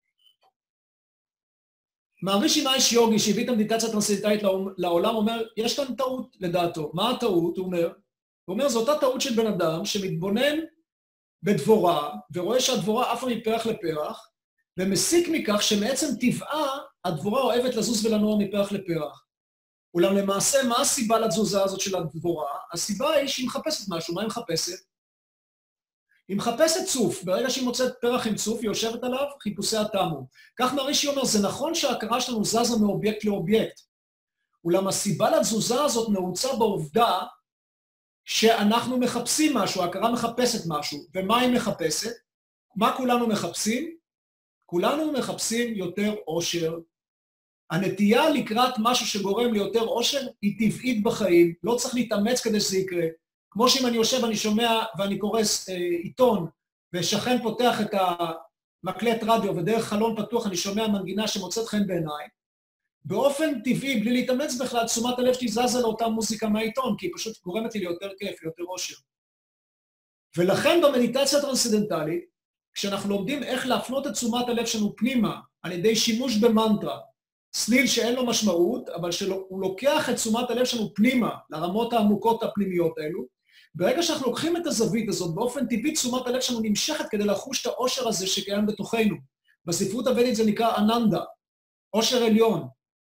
מהרישי מאהש יוגי, שהביא את המדיטציה הטרנסצנדנטלית לעולם, אומר, יש כאן טעות לדעתו. מה הטעות? הוא אומר, זו אותה טעות של בן אדם שמתבונן בדבורה, ורואה שהדבורה עפה מפרח לפרח, ומסיק מכך שמעצם טבעה, הדבורה אוהבת לזוז ולנוע מפרח לפרח. אולם למעשה, מה הסיבה לתזוזה הזאת של הדבורה? הסיבה היא שהיא מחפשת משהו. מה היא מחפשת? היא מחפשת צוף. ברגע שהיא מוצאת פרח עם צוף, היא יושבת עליו, חיפושיה תמו. כך מהרישי אומר, זה נכון שההכרה שלנו זזה מאובייקט לאובייקט. אולם הסיבה לתזוזה הזאת נעוצה בעובדה שאנחנו מחפשים משהו, ההכרה מחפשת משהו. ומה היא מחפשת? מה כולנו מחפשים? כולנו מחפשים יותר עושר. הנטייה לקראת משהו שגורם ליותר עושר היא טבעית בחיים, לא צריך להתאמץ כדי שזה יקרה. כמו שאם אני יושב, אני שומע ואני קורא עיתון, ושכן פותח את המקלט רדיו, ודרך חלון פתוח אני שומע מנגינה שמוצאת חן בעיניי, באופן טבעי, בלי להתאמץ בכלל, תשומת הלב שלי זזה לאותה מוזיקה מהעיתון, כי היא פשוט גורמת לי ליותר כיף, ליותר עושר. ולכן במדיטציה הטרנסצנדנטלית, כשאנחנו לומדים איך להפנות את תשומת הלב שלנו פנימה, על ידי שימוש במנטרה, סליל שאין לו משמעות, אבל שהוא לוקח את תשומת הלב שלנו פנימה, לרמות העמוקות הפנימיות האלו, ברגע שאנחנו לוקחים את הזווית הזאת, באופן טבעי תשומת הלב שלנו נמשכת כדי לחוש את העושר הזה שקיים בתוכנו. בספרות הוודית זה נקרא אננדה, עושר עליון.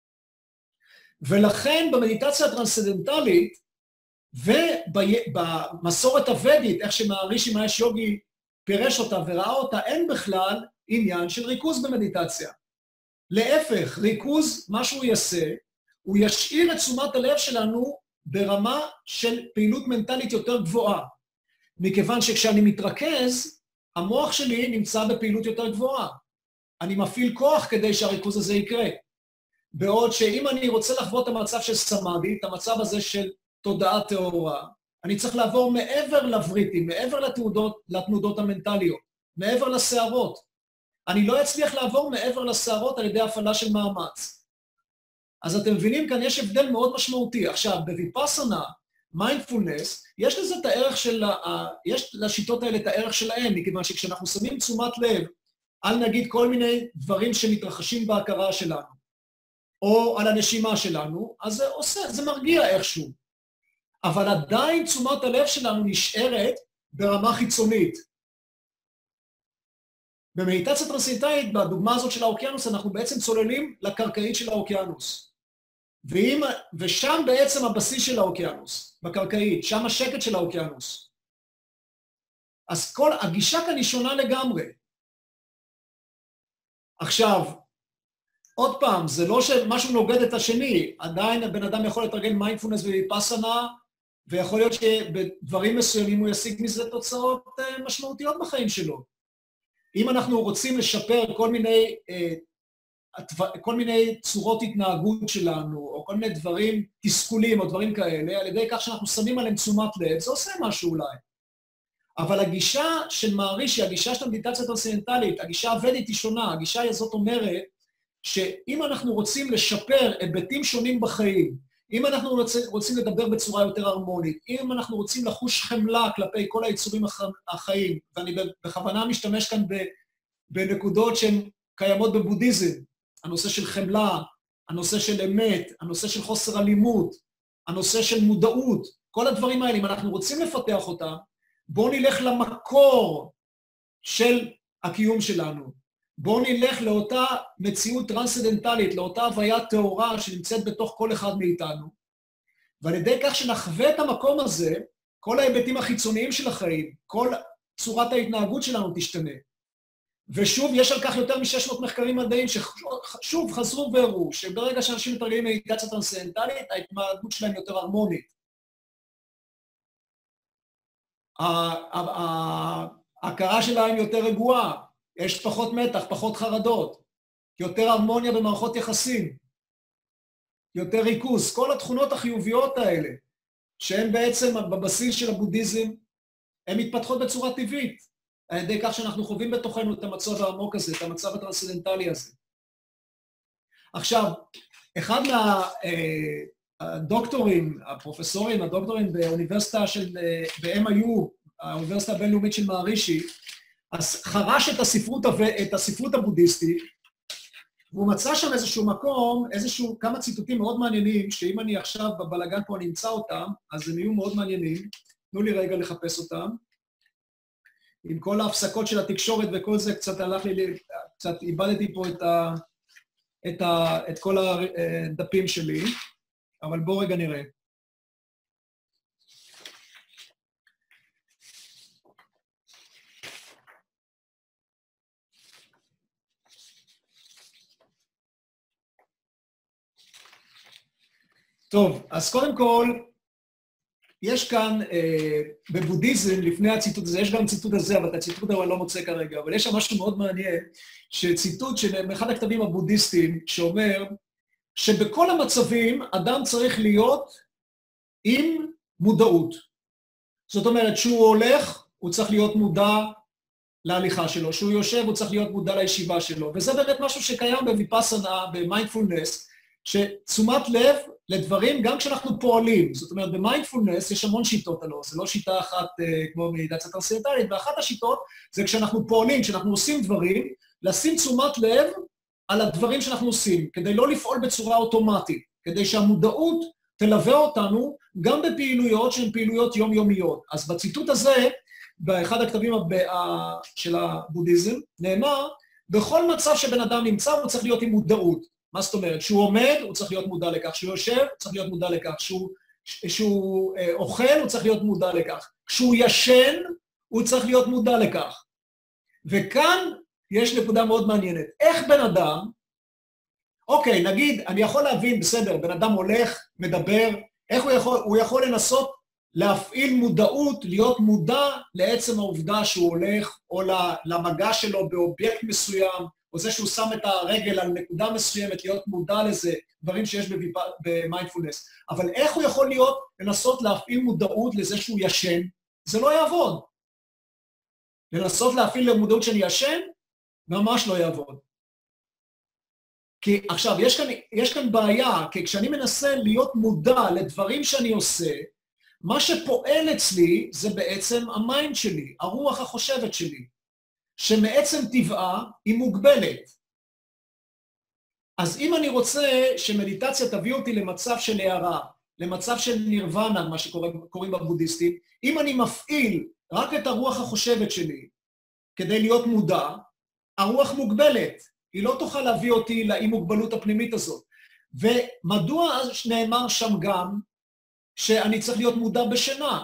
ולכן במדיטציה הטרנסצנדנטלית, ובמסורת הוודית, איך שמהרישי מאהש יוגי פירש אותה וראה אותה, אין בכלל עניין של ריכוז במדיטציה. להפך, ריכוז, מה שהוא יעשה, הוא ישאיר את תשומת הלב שלנו ברמה של פעילות מנטלית יותר גבוהה. מכיוון שכשאני מתרכז, המוח שלי נמצא בפעילות יותר גבוהה. אני מפעיל כוח כדי שהריכוז הזה יקרה. בעוד שאם אני רוצה לחוות את המצב של סמאדי, את המצב הזה של תודעה טהורה, אני צריך לעבור מעבר לבריטים, מעבר לתנודות המנטליות, מעבר לסערות. אני לא אצליח לעבור מעבר לסערות על ידי הפעלה של מאמץ. אז אתם מבינים, כאן יש הבדל מאוד משמעותי. עכשיו, בוויפאסנה, מיינדפולנס, יש לזה את הערך יש לשיטות האלה את הערך שלהם, מכיוון שכשאנחנו שמים תשומת לב על נגיד כל מיני דברים שמתרחשים בהכרה שלנו, או על הנשימה שלנו, אז זה מרגיע איכשהו. אבל עדיין תשומת הלב שלנו נשארת ברמה חיצונית. במדיטציה טרנסצנדנטלית, בדוגמה הזאת של האוקיינוס, אנחנו בעצם צוללים לקרקעית של האוקיינוס. ושם בעצם הבסיס של האוקיינוס, בקרקעית, שם השקט של האוקיינוס. אז הגישה כאן היא שונה לגמרי. עכשיו, עוד פעם, זה לא שמשהו נוגד את השני, עדיין הבן אדם יכול לתרגל מיינדפולנס וויפאסנה, ויכול להיות שבדברים מסוימים הוא ישיג מזה תוצאות משמעותיות בחיים שלו. אם אנחנו רוצים לשפר כל מיני צורות התנהגות שלנו, או כל מיני דברים תסכולים או דברים כאלה, על ידי כך שאנחנו שמים עליהם תשומת לב, זה עושה משהו אולי. אבל הגישה של מהרישי, הגישה של המדיטציה הטרנסצנדנטלית, הגישה הוודית היא שונה, הגישה הזאת אומרת שאם אנחנו רוצים לשפר היבטים שונים בחיים, אם אנחנו רוצים לדבר בצורה יותר הרמונית, אם אנחנו רוצים לחוש חמלה כלפי כל היצורים החיים, ואני בכוונה משתמש כאן בנקודות שהן קיימות בבודהיזם, הנושא של חמלה, הנושא של אמת, הנושא של חוסר אלימות, הנושא של מודעות, כל הדברים האלה, אם אנחנו רוצים לפתח אותם, בואו נלך למקור של הקיום שלנו. בואו נלך לאותה מציאות טרנסצנדנטלית, לאותה הוויה טהורה שנמצאת בתוך כל אחד מאיתנו, ועל ידי כך שנחווה את המקום הזה, כל ההיבטים החיצוניים של החיים, כל צורת ההתנהגות שלנו תשתנה. ושוב, יש על כך יותר מ-600 מחקרים מדעיים ששוב חזרו והראו, שברגע שאנשים מתרגלים מדיטציה טרנסצנדנטלית, ההתנהגות שלהם יותר הרמונית. ההכרה שלהם יותר רגועה, יש פחות מתח, פחות חרדות, יותר הרמוניה במערכות יחסים, יותר ריכוז, כל התכונות החיוביות האלה, שהן בעצם בבסיס של הבודהיזם, הן מתפתחות בצורה טבעית, על ידי כך שאנחנו חווים בתוכנו את המצב העמוק הזה, את המצב הטרנסצנדנטלי הזה. עכשיו, אחד מהדוקטורים, הפרופסורים, הדוקטורים באוניברסיטה של, ב-MIU, האוניברסיטה הבינלאומית של מהרישי, אז חרש את הספרות הבודהיסטית, והוא מצא שם איזשהו מקום, כמה ציטוטים מאוד מעניינים, שאם אני עכשיו בבלגן פה נמצא אותם, אז הם יהיו מאוד מעניינים. תנו לי רגע לחפש אותם. עם כל ההפסקות של התקשורת וכל זה, קצת איבדתי פה את כל הדפים שלי, אבל בואו רגע נראה. טוב, אז קודם כל, יש כאן בבודהיזם, לפני הציטוט הזה, יש גם ציטוט הזה, אבל את הציטוט הזה אני לא מוצא כרגע, אבל יש שם משהו מאוד מעניין, שציטוט של אחד הכתבים הבודהיסטיים, שאומר שבכל המצבים אדם צריך להיות עם מודעות. זאת אומרת, שהוא הולך, הוא צריך להיות מודע להליכה שלו, שהוא יושב, הוא צריך להיות מודע לישיבה שלו, וזה באמת משהו שקיים בוויפאסנה, במיינדפולנס, שתשומת לב לדברים גם כשאנחנו פועלים. זאת אומרת, במיינדפולנס יש המון שיטות עלו, זה לא שיטה אחת כמו מדיטציה טרנסצנדנטלית, ואחת השיטות זה כשאנחנו פועלים, כשאנחנו עושים דברים, לשים תשומת לב על הדברים שאנחנו עושים, כדי לא לפעול בצורה אוטומטית, כדי שהמודעות תלווה אותנו גם בפעילויות שהן פעילויות יומיומיות. אז בציטוט הזה, באחד הכתבים של הבודהיזם, נאמר, בכל מצב שבן אדם נמצא הוא צריך להיות עם מודעות. מה זאת אומרת? כשהוא עומד, הוא צריך להיות מודע לכך. כשהוא יושב, הוא צריך להיות מודע לכך. כשהוא אוכל, הוא צריך להיות מודע לכך. כשהוא ישן, הוא צריך להיות מודע לכך. וכאן יש נקודה מאוד מעניינת. איך בן אדם, אוקיי, נגיד, אני יכול להבין, בסדר, בן אדם הולך, מדבר, איך הוא יכול לנסות להפעיל מודעות, להיות מודע לעצם העובדה שהוא הולך, או למגע שלו באובייקט מסוים, או זה שהוא שם את הרגל על נקודה מסוימת, להיות מודע לזה, דברים שיש במיינדפולנס. אבל איך הוא יכול לנסות להפעיל מודעות לזה שהוא ישן? זה לא יעבוד. לנסות להפעיל מודעות שאני ישן? ממש לא יעבוד. כי עכשיו, יש כאן בעיה, כי כשאני מנסה להיות מודע לדברים שאני עושה, מה שפועל אצלי זה בעצם המיינד שלי, הרוח החושבת שלי. שמעצם טבעה היא מוגבלת. אז אם אני רוצה שמדיטציה תביא אותי למצב של הערה, למצב של נירוונה, מה שקוראים בבודהיסטים, אם אני מפעיל רק את הרוח החושבת שלי כדי להיות מודע, הרוח מוגבלת, היא לא תוכל להביא אותי לאי מוגבלות הפנימית הזאת. ומדוע נאמר שם גם שאני צריך להיות מודע בשינה?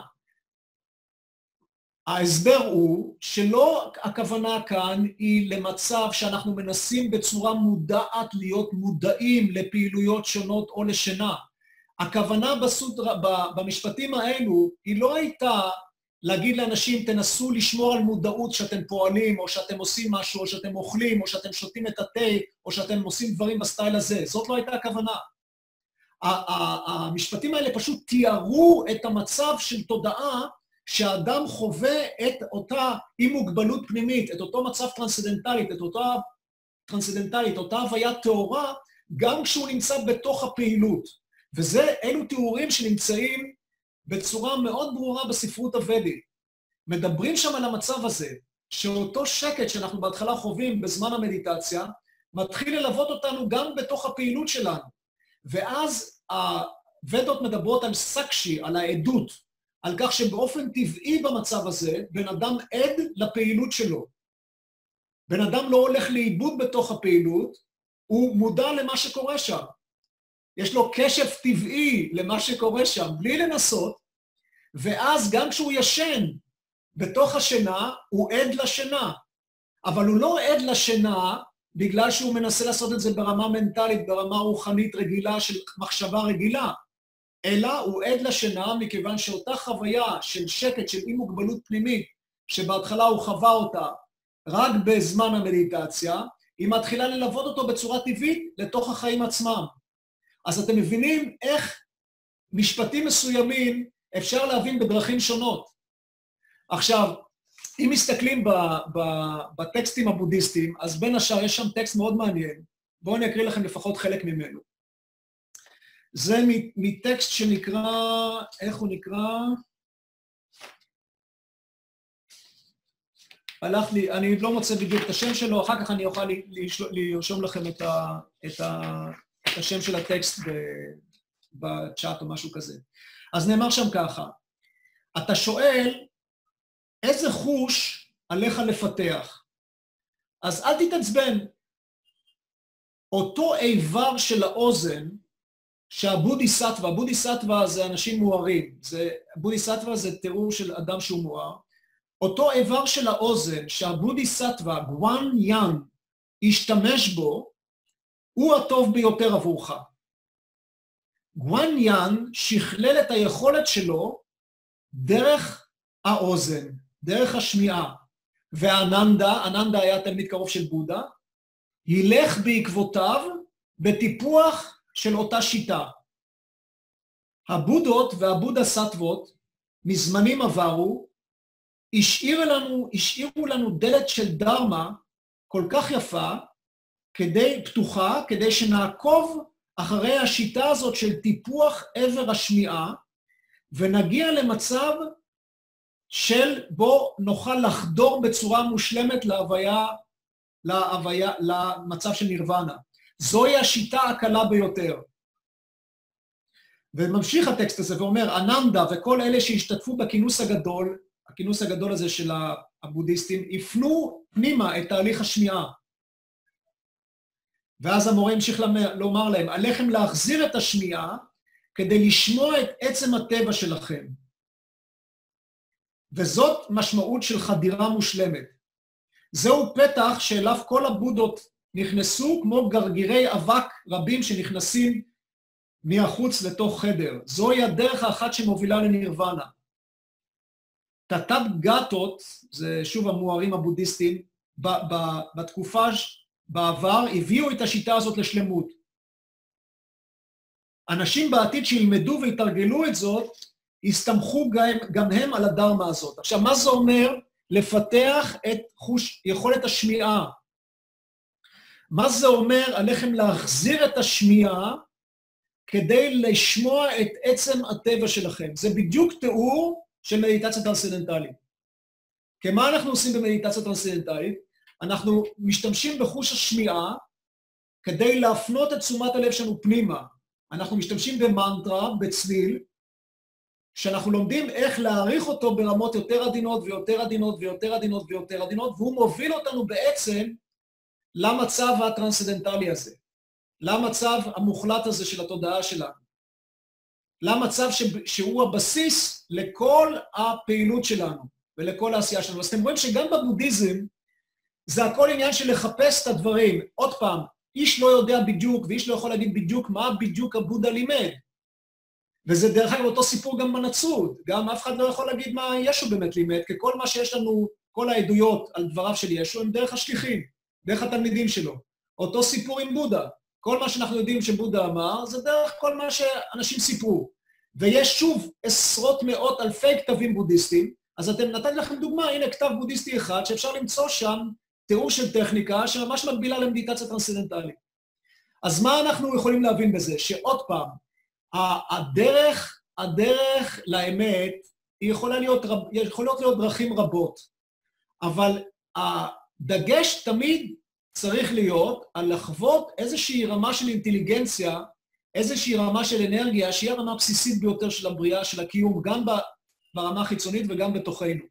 ההסבר הוא שלא הכוונה כאן היא למצב שאנחנו מנסים בצורה מודעת להיות מודעים לפעילויות שונות או לשינה. הכוונה במשפטים האלו היא לא הייתה להגיד לאנשים תנסו לשמור על מודעות שאתם פועלים או שאתם עושים משהו או שאתם אוכלים או שאתם שותים את התה או שאתם עושים דברים בסטייל הזה. זאת לא הייתה הכוונה. המשפטים האלה פשוט תיארו את המצב של תודעה שהאדם חווה את אותה אי מוגבלות פנימית, את אותו מצב טרנסצנדנטלית, אותה הוויה תאורה, גם כשהוא נמצא בתוך הפעילות. אלו תיאורים שנמצאים בצורה מאוד ברורה בספרות הוודית. מדברים שם על המצב הזה, שאותו שקט שאנחנו בהתחלה חווים בזמן המדיטציה, מתחיל ללוות אותנו גם בתוך הפעילות שלנו. ואז הוודות מדברות על סקשי, על העדות, על כך שבאופן טבעי במצב הזה, בן אדם עד לפעילות שלו. בן אדם לא הולך לאיבוד בתוך הפעילות, הוא מודע למה שקורה שם. יש לו קשב טבעי למה שקורה שם, בלי לנסות, ואז גם כשהוא ישן בתוך השינה, הוא עד לשינה. אבל הוא לא עד לשינה בגלל שהוא מנסה לעשות את זה ברמה מנטלית, ברמה רוחנית רגילה של מחשבה רגילה. אלא הוא עד לשינה מכיוון שאותה חוויה של שקט, של אי מוגבלות פנימית, שבהתחלה הוא חווה אותה רק בזמן המדיטציה, היא מתחילה ללוות אותו בצורה טבעית לתוך החיים עצמם. אז אתם מבינים איך משפטים מסוימים אפשר להבין בדרכים שונות. עכשיו, אם מסתכלים בטקסטים הבודהיסטיים, אז בין השאר יש שם טקסט מאוד מעניין. בואו אני אקריא לכם לפחות חלק ממנו. זה מטקסט שנקרא, איך הוא נקרא? הלך לי, אני לא מוצא בדיוק את השם שלו, אחר כך אני אוכל לרשום לכם את השם של הטקסט בצ'אט או משהו כזה. אז נאמר שם ככה, אתה שואל, איזה חוש עליך לפתח? אז אל תתעצבן. אותו איבר של האוזן, שהבודיסטווה, הבודיסטווה זה אנשים מוארים, הבודיסטווה זה תיאור של אדם שהוא מואר, אותו איבר של האוזן שהבודיסטווה, גואן יאן, השתמש בו, הוא הטוב ביותר עבורך. גואן יאן שכלל את היכולת שלו דרך האוזן, דרך השמיעה, והאננדה, אננדה היה תלמיד קרוב של בודה, ילך בעקבותיו בטיפוח של אותה שיטה. הבודות והבודהסטוות מזמנים עברו, השאירו לנו דלת של דרמה כל כך יפה, פתוחה, כדי שנעקוב אחרי השיטה הזאת של טיפוח עבר השמיעה, ונגיע למצב של בו נוכל לחדור בצורה מושלמת למצב של נירוונה. זוהי השיטה הקלה ביותר. וממשיך הטקסט הזה ואומר, אננדה וכל אלה שהשתתפו בכינוס הגדול, הכינוס הגדול הזה של הבודהיסטים, יפנו פנימה את תהליך השמיעה. ואז המורה המשיך לומר להם, עליכם להחזיר את השמיעה כדי לשמוע את עצם הטבע שלכם. וזאת משמעות של חדירה מושלמת. זהו פתח שאליו כל הבודות נכנסו כמו גרגירי אבק רבים שנכנסים מהחוץ לתוך חדר. זוהי הדרך האחת שמובילה לנירוונה. תתת גאטות, זה שוב המוארים הבודהיסטים, בתקופה בעבר הביאו את השיטה הזאת לשלמות. אנשים בעתיד שילמדו והתרגלו את זאת, הסתמכו גם הם על הדרמה הזאת. עכשיו, מה זה אומר? לפתח את יכולת השמיעה. מה זה אומר? עליכם להחזיר את השמיעה כדי לשמוע את עצם הטבע שלכם. זה בדיוק תיאור של מדיטציה טרנסצנדנטלית. כי מה אנחנו עושים במדיטציה טרנסצנדנטלית? אנחנו משתמשים בחוש השמיעה כדי להפנות את תשומת הלב שלנו פנימה. אנחנו משתמשים במנטרה, בצליל, שאנחנו לומדים איך להעריך אותו ברמות יותר עדינות ויותר עדינות ויותר עדינות ויותר עדינות, והוא מוביל אותנו בעצם למצב הטרנסצנדנטלי הזה, למצב המוחלט הזה של התודעה שלנו, למצב שהוא הבסיס לכל הפעילות שלנו ולכל העשייה שלנו. אז אתם רואים שגם בבודהיזם זה הכל עניין של לחפש את הדברים. עוד פעם, איש לא יודע בדיוק ואיש לא יכול להגיד בדיוק מה בדיוק הבודה לימד. וזה דרך אגב אותו סיפור גם בנצרות, גם אף אחד לא יכול להגיד מה ישו באמת לימד, כי כל מה שיש לנו, כל העדויות על דבריו של ישו הם דרך השליחים, דרך התלמידים שלו. אותו סיפור עם בודה, כל מה שאנחנו יודעים שבודה אמר, זה דרך כל מה שאנשים סיפרו. ויש שוב עשרות מאות אלפי כתבים בודהיסטיים, אז אתם נתתי לכם דוגמה, הנה כתב בודהיסטי אחד, שאפשר למצוא שם תיאור של טכניקה שממש מקבילה למדיטציה טרנסצנדנטלית. אז מה אנחנו יכולים להבין בזה? שעוד פעם, הדרך לאמת, יכולות להיות דרכים רבות, אבל הדגש תמיד צריך להיות על לחוות איזושהי רמה של אינטליגנציה, איזושהי רמה של אנרגיה, שהיא הרמה הבסיסית ביותר של הבריאה, של הקיום, גם ברמה החיצונית וגם בתוכנו.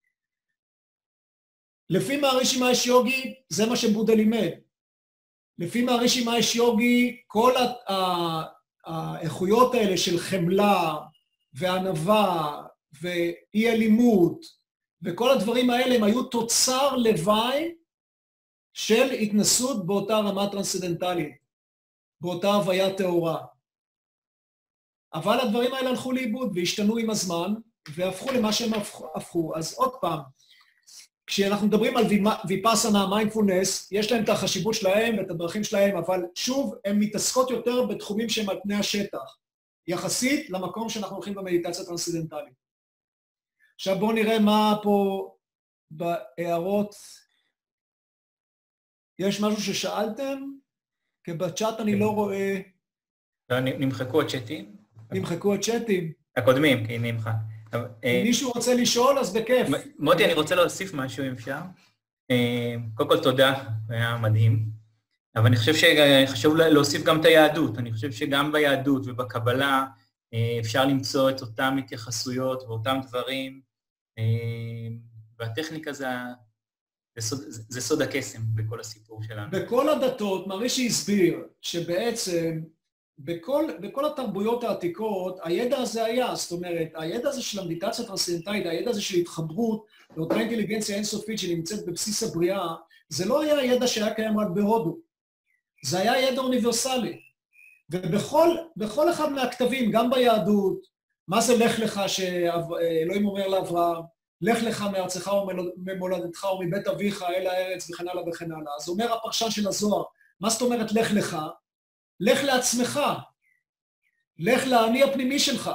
לפי מהרישי מאהש יוגי, זה מה שבודה לימד. לפי מהרישי מאהש יוגי, כל האיכויות האלה של חמלה וענווה ואי אלימות וכל הדברים האלה הם היו תוצר לוואי של התנסות באותה רמה טרנסצנדנטלית, באותה הוויה טהורה. אבל הדברים האלה הלכו לאיבוד והשתנו עם הזמן, והפכו למה שהם הפכו. אז עוד פעם, כשאנחנו מדברים על ויפאסנה, מיינדפולנס, יש להם את החשיבות שלהם ואת הדרכים שלהם, אבל שוב, הן מתעסקות יותר בתחומים שהם על פני השטח, יחסית למקום שאנחנו הולכים במדיטציה טרנסצנדנטלית. עכשיו בואו נראה מה פה בהערות. יש משהו ששאלתם? כי בצ'אט אני לא רואה... לא, נמחקו הצ'אטים. נמחקו הצ'אטים. הקודמים, כי נמחק. אם מישהו רוצה לשאול, אז בכיף. מוטי, אני רוצה להוסיף משהו, אם אפשר. קודם כל, תודה, היה מדהים. אבל אני חושב שחשוב להוסיף גם את היהדות. אני חושב שגם ביהדות ובקבלה אפשר למצוא את אותם התייחסויות ואותם דברים, והטכניקה זה סוד הקסם בכל הסיפור שלנו. בכל הדתות, מרישי הסביר שבעצם בכל התרבויות העתיקות, הידע הזה היה, זאת אומרת, הידע הזה של המדיטציה טרנסצנדנטלית, הידע הזה של התחברות, לאותה אינטליגנציה אינסופית שנמצאת בבסיס הבריאה, זה לא היה ידע שהיה קיים רק בהודו, זה היה ידע אוניברסלי. ובכל אחד מהכתבים, גם ביהדות, מה זה לך לך שאלוהים אומר לאברהם, לך לך מארצך וממולדתך ומבית אביך אל הארץ וכן הלאה וכן הלאה. אז אומר הפרשן של הזוהר, מה זאת אומרת לך לך? לך לעצמך, לך לאני הפנימי שלך.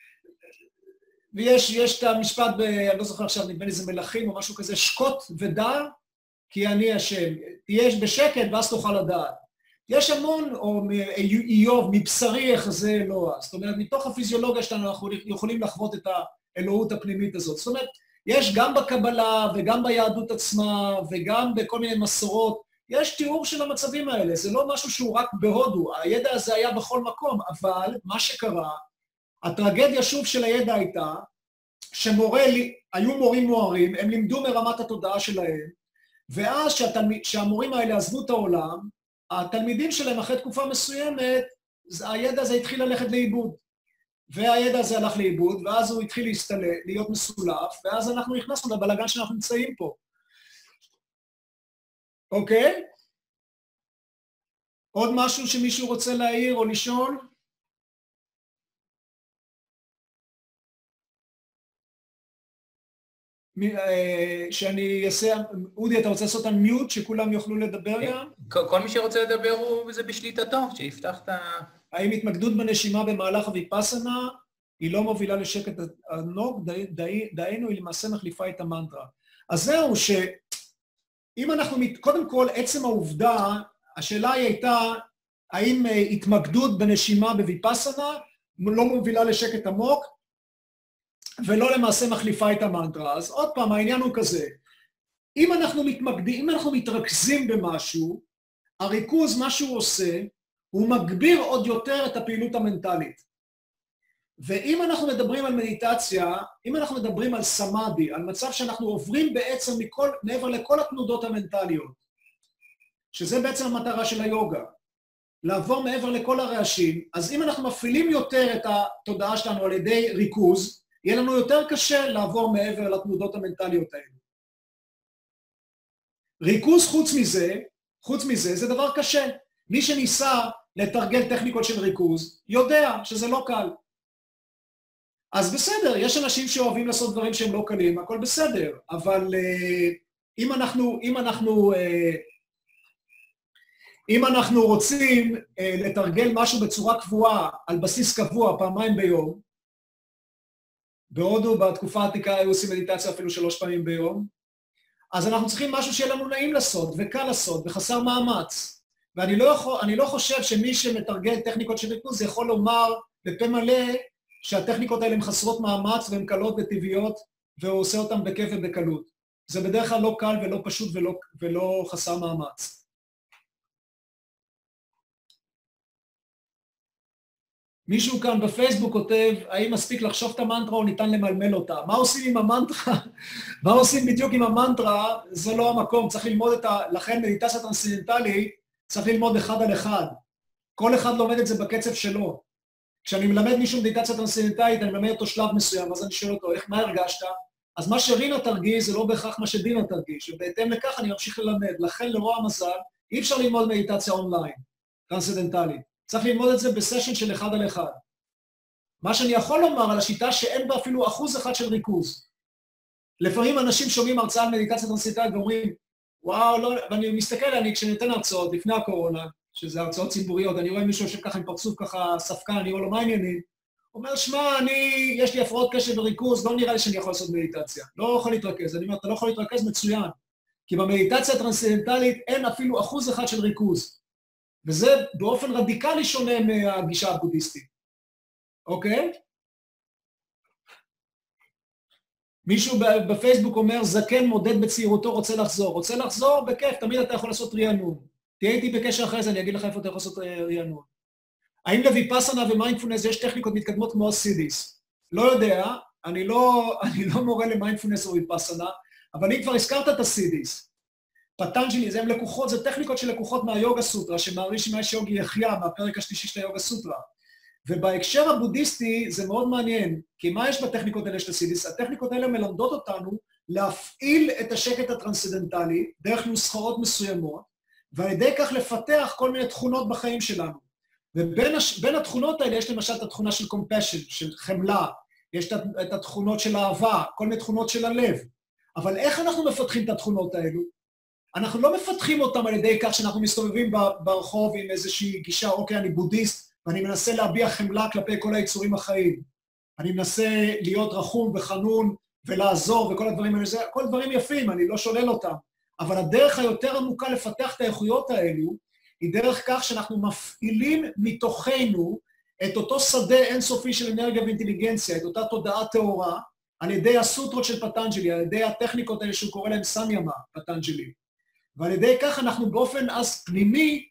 ויש את המשפט, אני לא זוכר עכשיו, נדמה לי זה מלכים או משהו כזה, שקוט ודע, כי אני השם. תהיה בשקט ואז תוכל לדעת. יש המון, או איוב, מבשרי יחזה אלוה. זאת אומרת, מתוך הפיזיולוגיה שלנו אנחנו יכולים לחוות את האלוהות הפנימית הזאת. זאת אומרת, יש גם בקבלה וגם ביהדות עצמה וגם בכל מיני מסורות, יש תיאור של המצבים האלה, זה לא משהו שהוא רק בהודו, הידע הזה היה בכל מקום, אבל מה שקרה, הטרגדיה שוב של הידע הייתה, שהיו מורים מוארים, הם לימדו מרמת התודעה שלהם, ואז שהמורים האלה עזבו את העולם, התלמידים שלהם אחרי תקופה מסוימת, הידע הזה התחיל ללכת לאיבוד. והידע הזה הלך לאיבוד, ואז הוא התחיל להיות מסולף, ואז אנחנו נכנסנו לבלגן שאנחנו נמצאים פה. אוקיי? עוד משהו שמישהו רוצה להעיר או לשאול? שאני אעשה, אודי, אתה רוצה לעשות unmute, שכולם יוכלו לדבר גם? כל מי שרוצה לדבר זה בשליטתו, שיפתח את ה... האם התמקדות בנשימה במהלך הויפאסנה היא לא מובילה לשקט עמוק, דהיינו היא למעשה מחליפה את המנטרה. אז זהו שאם אנחנו, קודם כל, עצם העובדה, השאלה היא הייתה, האם התמקדות בנשימה בויפאסנה לא מובילה לשקט עמוק, ולא למעשה מחליפה את המנטרה. אז עוד פעם, העניין הוא כזה, אם אנחנו מתרכזים במשהו, הריכוז, מה שהוא עושה, הוא מגביר עוד יותר את הפעילות המנטלית. ואם אנחנו מדברים על מדיטציה, אם אנחנו מדברים על סמאדי, על מצב שאנחנו עוברים בעצם מעבר לכל התנודות המנטליות, שזה בעצם המטרה של היוגה, לעבור מעבר לכל הרעשים, אז אם אנחנו מפעילים יותר את התודעה שלנו על ידי ריכוז, יהיה לנו יותר קשה לעבור מעבר לתנודות המנטליות האלה. ריכוז חוץ מזה, זה דבר קשה. מי שניסה לתרגל טכניקות של ריכוז, יודע שזה לא קל. אז בסדר, יש אנשים שאוהבים לעשות דברים שהם לא קלים, הכל בסדר, אבל אם אנחנו רוצים לתרגל משהו בצורה קבועה, על בסיס קבוע, פעמיים ביום, בהודו בתקופה העתיקה היו עושים מדיטציה אפילו 3 פעמים ביום, אז אנחנו צריכים משהו שיהיה לנו נעים לעשות, וקל לעשות, וחסר מאמץ. ואני לא חושב שמי שמתרגל טכניקות של ריכוז יכול לומר בפה מלא שהטכניקות האלה הן חסרות מאמץ והן קלות וטבעיות, והוא עושה אותן בכיף ובקלות. זה בדרך כלל לא קל ולא פשוט ולא חסר מאמץ. מישהו כאן בפייסבוק כותב, האם מספיק לחשוב את המנטרה או ניתן למלמל אותה? מה עושים עם המנטרה? מה עושים בדיוק עם המנטרה? זה לא המקום, צריך ללמוד לכן מדיטציה טרנסצנדנטלית, צריך ללמוד אחד על אחד. כל אחד לומד את זה בקצב שלו. כשאני מלמד מישהו מדיטציה טרנסצנדנטלית, אני מלמד אותו שלב מסוים, אז אני שואל אותו, מה הרגשת? אז מה שרינה תרגיש זה לא בהכרח מה שדינה תרגיש, ובהתאם לכך אני ממשיך ללמד. לכן לרוע המזל, אי אפשר ללמוד מדיטציה אונליין, טרנסצנדנטלית. צריך ללמוד את זה בסשן של אחד על אחד. מה שאני יכול לומר על השיטה שאין בה אפילו 1% של ריכוז. לפעמים אנשים שומעים הרצאה על מדיטציה טרנסצנדנטלית ואומרים, וואו, לא, ואני מסתכל, כשאני נותן הרצאות לפני הקורונה, שזה הרצאות ציבוריות, אני רואה מישהו שככה עם פרצוף ככה ספקן, אני אומר לו, מה העניינים? הוא אומר, שמע, יש לי הפרעות קשב וריכוז, לא נראה לי שאני יכול לעשות מדיטציה. לא יכול להתרכז. אני אומר, אתה לא יכול להתרכז מצוין. כי במדיטציה הטרנסצנדנטלית אין אפילו 1% של ריכוז. וזה באופן רדיקלי שונה מהגישה הבודהיסטית. אוקיי? מישהו בפייסבוק אומר, זקן מודד בצעירותו, רוצה לחזור. רוצה לחזור? בכיף, תמיד אתה יכול לעשות רענון. תהיה איתי בקשר אחרי זה, אני אגיד לך איפה אתה יכול לעשות רענון. האם לויפאסנה ומיינדפולנס יש טכניקות מתקדמות כמו הסידיס? לא יודע, אני לא מורה למיינדפולנס או ויפאסנה, אבל אם כבר הזכרת את הסידיס, פטנג'לי, זה לקוחות, זה טכניקות של לקוחות מהיוגה סוטרה, שמעריש מהאיש יוגי יחיה, מהפרק השלישי של היוגה סוטרה. ובהקשר הבודהיסטי זה מאוד מעניין, כי מה יש בטכניקות האלה של הסידיס? הטכניקות האלה מלמדות אותנו להפעיל את השקט הטרנסצנדנטלי דרך נוסחאות מסוימות, ועל ידי כך לפתח כל מיני תכונות בחיים שלנו. ובין התכונות האלה יש למשל את התכונה של compassion, של חמלה, יש את התכונות של אהבה, כל מיני תכונות של הלב. אבל איך אנחנו מפתחים את התכונות האלו? אנחנו לא מפתחים אותם על ידי כך שאנחנו מסתובבים ברחוב עם איזושהי גישה, אוקיי, אני בודהיסט, ואני מנסה להביע חמלה כלפי כל היצורים החיים. אני מנסה להיות רחום וחנון ולעזור וכל הדברים האלה, כל דברים יפים, אני לא שולל אותם. אבל הדרך היותר עמוקה לפתח את האיכויות האלו, היא דרך כך שאנחנו מפעילים מתוכנו את אותו שדה אינסופי של אנרגיה ואינטליגנציה, את אותה תודעה טהורה, על ידי הסוטרות של פטנג'לי, על ידי הטכניקות האלה שהוא קורא להם סמיאמה, פטנג'לי. ועל ידי כך אנחנו באופן אז פנימי,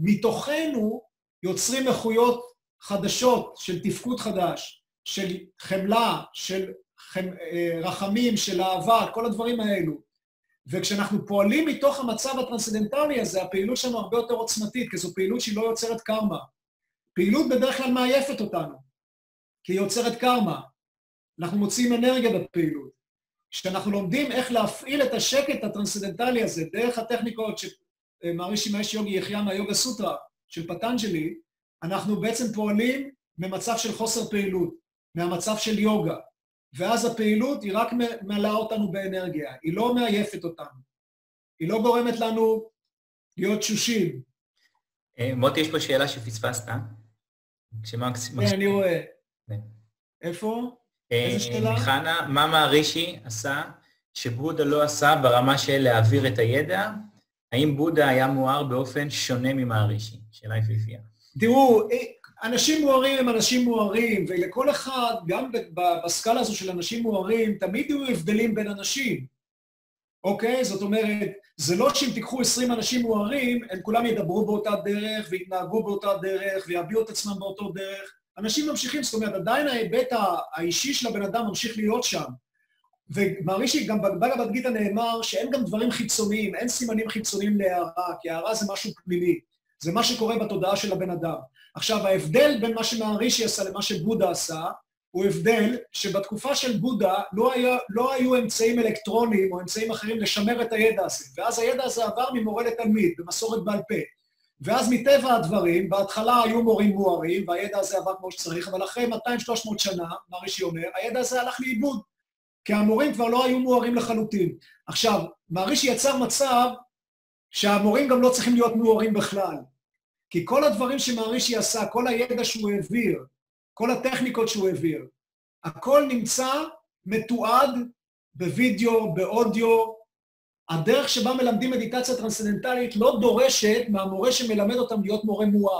מתוכנו יוצרים איכויות חדשות של תפקוד חדש, של חמלה, של רחמים, של אהבה, כל הדברים האלו. וכשאנחנו פועלים מתוך המצב הטרנסצנדנטלי הזה, הפעילות שלנו הרבה יותר עוצמתית, כי זו פעילות שהיא לא יוצרת קרמה. פעילות בדרך כלל מעייפת אותנו, כי היא יוצרת קרמה. אנחנו מוצאים אנרגיה בפעילות. כשאנחנו לומדים איך להפעיל את השקט הטרנסצנדנטלי הזה, דרך הטכניקות שמעריש מהאיש יוגי יחיה מהיוגה סוטרה של פטנג'לי, אנחנו בעצם פועלים ממצב של חוסר פעילות, מהמצב של יוגה. ואז הפעילות היא רק מעלה אותנו באנרגיה, היא לא מעייפת אותנו, היא לא גורמת לנו להיות תשושים. מוטי, יש פה שאלה שפספסת. אני רואה. איפה? איזה שאלה? מחנה, מה מהרישי עשה שבודה לא עשה ברמה של להעביר את הידע? האם בודה היה מואר באופן שונה ממהרישי? שאלה יפיפייה. תראו, אנשים מוארים הם אנשים מוארים, ולכל אחד, גם בסקאלה הזו של אנשים מוארים, תמיד יהיו הבדלים בין אנשים. אוקיי? זאת אומרת, זה לא שאם תיקחו 20 אנשים מוארים, הם כולם ידברו באותה דרך, ויתנהגו באותה דרך, ויביאו את עצמם באותו דרך. אנשים ממשיכים, זאת אומרת, עדיין ההיבט האישי של הבן אדם ממשיך להיות שם. ומהרישי, גם בבגבד גיטה נאמר שאין גם דברים חיצוניים, אין סימנים חיצוניים להערה, כי הערה זה משהו פנימי. זה מה שקורה בתודעה של הבן אדם. עכשיו, ההבדל בין מה שמהרישי עשה למה שבודה עשה, הוא הבדל שבתקופה של בודה לא היו אמצעים אלקטרוניים או אמצעים אחרים לשמר את הידע הזה, ואז הידע הזה עבר ממורה לתלמיד, במסורת בעל פה. ואז מטבע הדברים, בהתחלה היו מורים מוארים, והידע הזה עבר כמו שצריך, אבל אחרי 200-300 שנה, מהרישי אומר, הידע הזה הלך לאיבוד, כי המורים כבר לא היו מוארים לחלוטין. עכשיו, מהרישי יצר מצב שהמורים גם לא צריכים להיות מוארים בכלל. כי כל הדברים שמהרישי עשה, כל הידע שהוא העביר, כל הטכניקות שהוא העביר, הכל נמצא מתועד בווידאו, באודיו. הדרך שבה מלמדים מדיטציה טרנסצנדנטלית לא דורשת מהמורה שמלמד אותם להיות מורה מואר.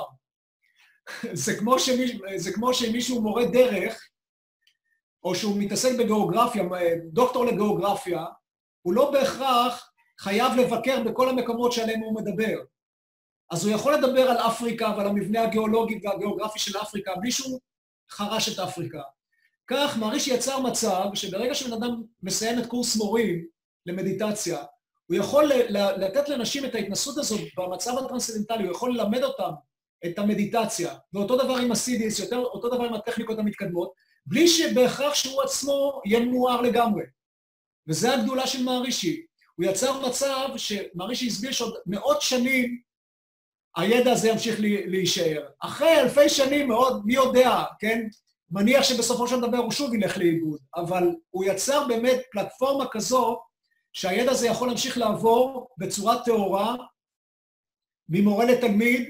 זה כמו שמישהו מורה דרך, או שהוא מתעסק בגיאוגרפיה, דוקטור לגיאוגרפיה, הוא לא בהכרח חייב לבקר בכל המקומות שעליהם הוא מדבר. אז הוא יכול לדבר על אפריקה ועל המבנה הגיאולוגי והגיאוגרפי של אפריקה, בלי שהוא חרש את אפריקה. כך מהרישי יצר מצב שברגע שבן אדם מסיים את קורס מורים למדיטציה, הוא יכול לתת לאנשים את ההתנסות הזאת במצב הטרנסצנדנטלי, הוא יכול ללמד אותם את המדיטציה, ואותו דבר עם הסידיס, אותו דבר עם הטכניקות המתקדמות, בלי שבהכרח שהוא עצמו יהיה מואר לגמרי. וזו הגדולה של מהרישי. הוא יצר מצב שמהרישי הסביר שעוד מאות שנים הידע הזה ימשיך להישאר. אחרי אלפי שנים מאוד, מי יודע, כן? מניח שבסופו של דבר הוא שוב ילך לאיבוד, אבל הוא יצר באמת פלטפורמה כזו, שהידע הזה יכול להמשיך לעבור בצורה טהורה, ממורה לתלמיד,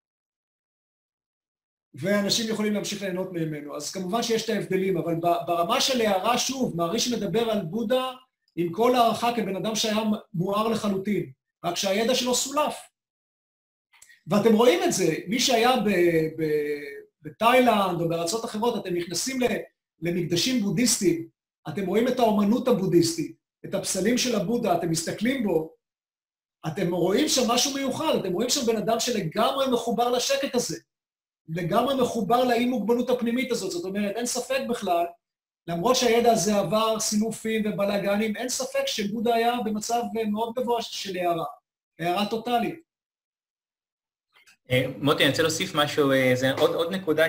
ואנשים יכולים להמשיך ליהנות ממנו. אז כמובן שיש את ההבדלים, אבל ברמה של הערה, שוב, מהרי"ש מדבר על בודה עם כל הערכה כבן אדם שהיה מואר לחלוטין, רק שהידע שלו סולף. ואתם רואים את זה, מי שהיה בתאילנד או בארצות אחרות, אתם נכנסים למקדשים בודהיסטיים, אתם רואים את האומנות הבודהיסטית, את הפסלים של הבודה, אתם מסתכלים בו, אתם רואים שם משהו מיוחד, אתם רואים שם בן אדם שלגמרי מחובר לשקט הזה, לגמרי מחובר לאי מוגבלות הפנימית הזאת, זאת אומרת, אין ספק בכלל, למרות שהידע הזה עבר סילופים ובלגנים, אין ספק שבודה היה במצב מאוד גבוה של הערה, הערה טוטלית. מוטי, אני רוצה להוסיף משהו, זה עוד נקודה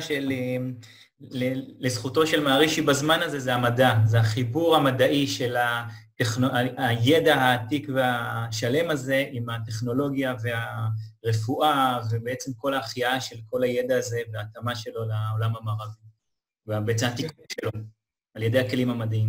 לזכותו של מהרי"שי בזמן הזה, זה המדע, זה החיבור המדעי של הידע העתיק והשלם הזה עם הטכנולוגיה והרפואה, ובעצם כל ההחייאה של כל הידע הזה וההתאמה שלו לעולם המערבי, ובעצם התיקון שלו, על ידי הכלים המדעיים.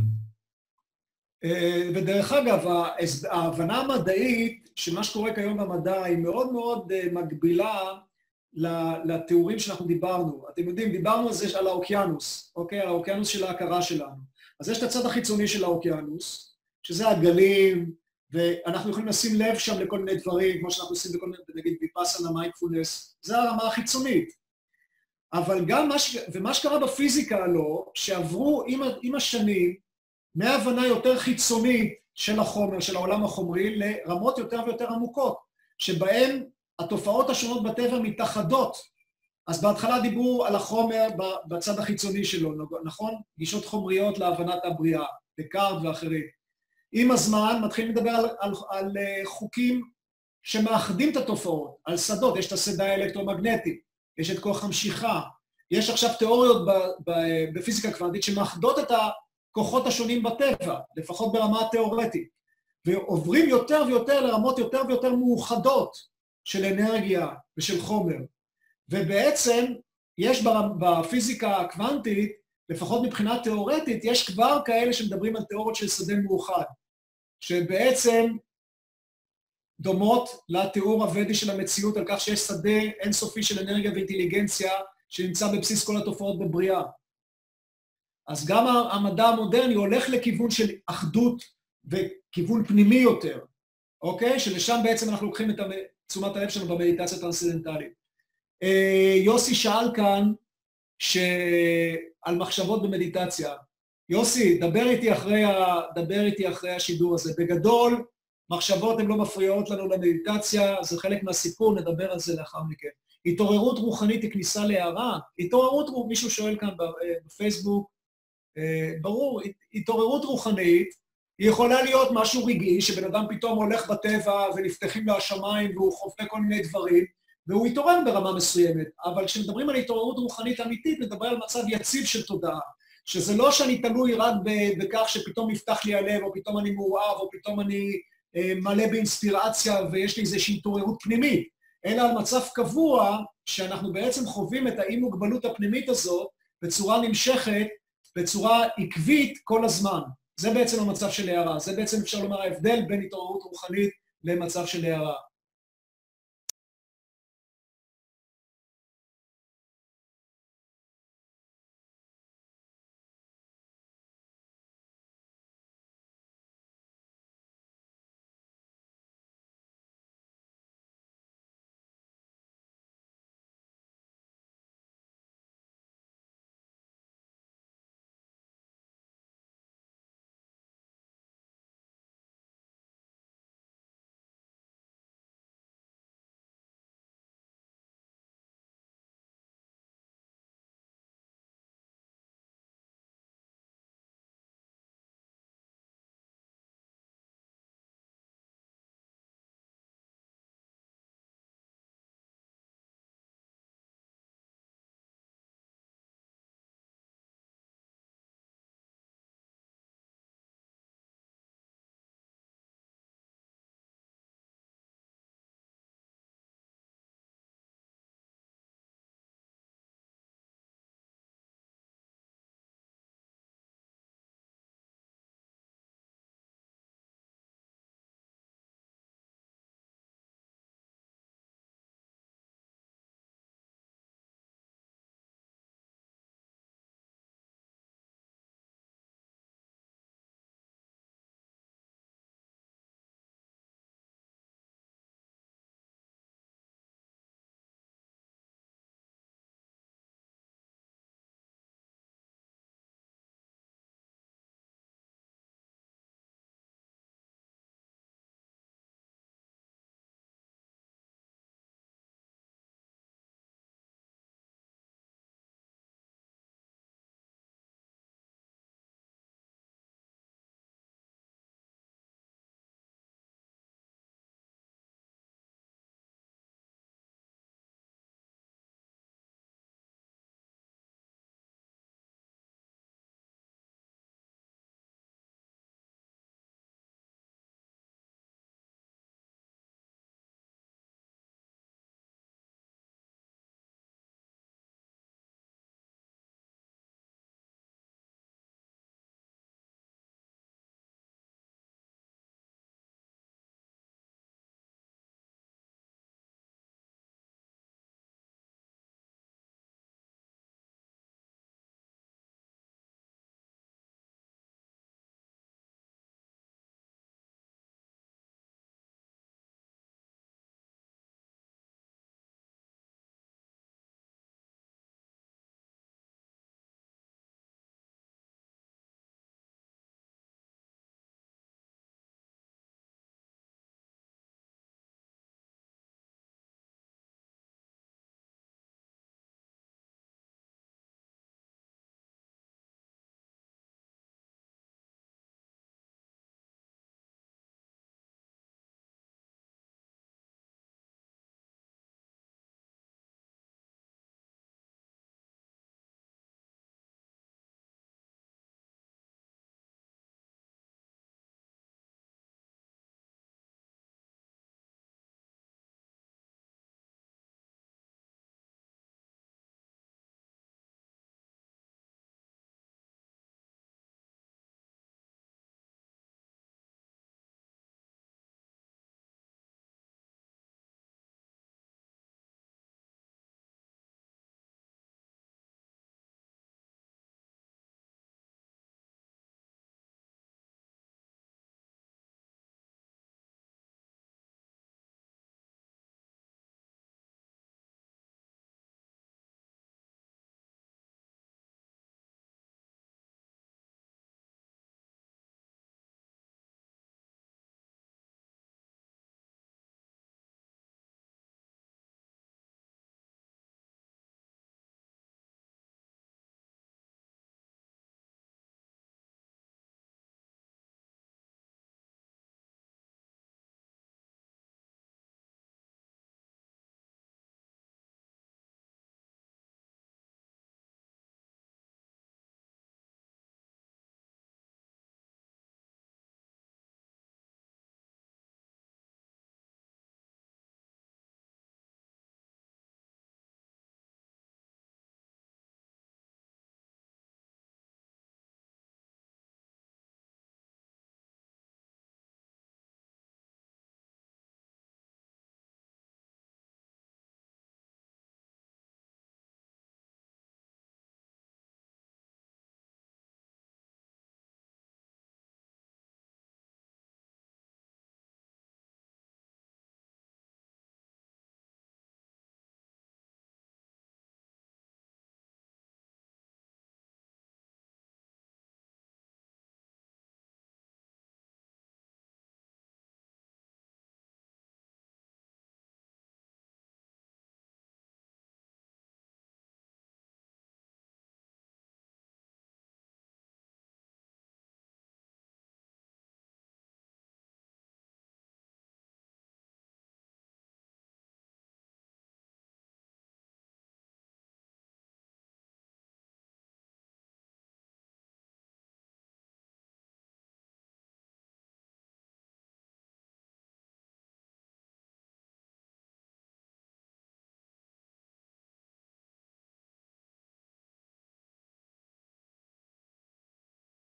ודרך אגב, ההבנה המדעית שמה שקורה כיום במדע היא מאוד מאוד מקבילה לתיאורים שאנחנו דיברנו. אתם יודעים, דיברנו על האוקיינוס, אוקיי? על האוקיינוס של ההכרה שלנו. אז יש את הצד החיצוני של האוקיינוס, שזה הגלים, ואנחנו יכולים לשים לב שם לכל מיני דברים, כמו שאנחנו עושים בכל מיני, נגיד, ויפאסנה, מיינדפולנס, זה הרמה החיצונית. אבל גם ומה שקרה בפיזיקה לא, שעברו עם השנים, מהבנה יותר חיצונית של החומר, של העולם החומרי, לרמות יותר ויותר עמוקות, שבהן התופעות השונות בטבע מתאחדות. אז בהתחלה דיברו על החומר בצד החיצוני שלו, נכון? גישות חומריות להבנת הבריאה, דקארט ואחרים. עם הזמן מתחילים לדבר על חוקים שמאחדים את התופעות, על שדות, יש את השדה האלקטרומגנטי, יש את כוח המשיכה, יש עכשיו תיאוריות בפיזיקה קוונטית שמאחדות את הכוחות השונים בטבע, לפחות ברמה התיאורטית, ועוברים יותר ויותר לרמות יותר ויותר מאוחדות של אנרגיה ושל חומר. ובעצם יש בפיזיקה הקוונטית, לפחות מבחינה תיאורטית, יש כבר כאלה שמדברים על תיאוריות של שדה מאוחד, שבעצם דומות לתיאור הוודי של המציאות, על כך שיש שדה אינסופי של אנרגיה ואינטליגנציה, שנמצא בבסיס כל התופעות בבריאה. אז גם המדע המודרני הולך לכיוון של אחדות וכיוון פנימי יותר, אוקיי? שלשם בעצם אנחנו לוקחים את תשומת הלב שלנו במדיטציה טרנסצנדנטלית. יוסי שאל כאן על מחשבות במדיטציה. יוסי, דבר איתי אחרי השידור הזה. בגדול, מחשבות הן לא מפריעות לנו למדיטציה, זה חלק מהסיפור, נדבר על זה לאחר מכן. התעוררות רוחנית היא כניסה להערה. התעוררות, מישהו שואל כאן בפייסבוק, ברור, התעוררות רוחנית היא יכולה להיות משהו רגעי, שבן אדם פתאום הולך בטבע ונפתחים לו השמיים והוא חווה כל מיני דברים, והוא יתעורר ברמה מסוימת. אבל כשמדברים על התעוררות רוחנית אמיתית, נדבר על מצב יציב של תודעה, שזה לא שאני תלוי רק בכך שפתאום יפתח לי הלב, או פתאום אני מאוהב, או פתאום אני מלא באינספירציה ויש לי איזושהי התעוררות פנימית, אלא על מצב קבוע שאנחנו בעצם חווים את האי-מוגבלות הפנימית הזאת בצורה נמשכת, בצורה עקבית כל הזמן. זה בעצם המצב של הערה, זה בעצם אפשר לומר ההבדל בין התעוררות רוחנית למצב של הערה.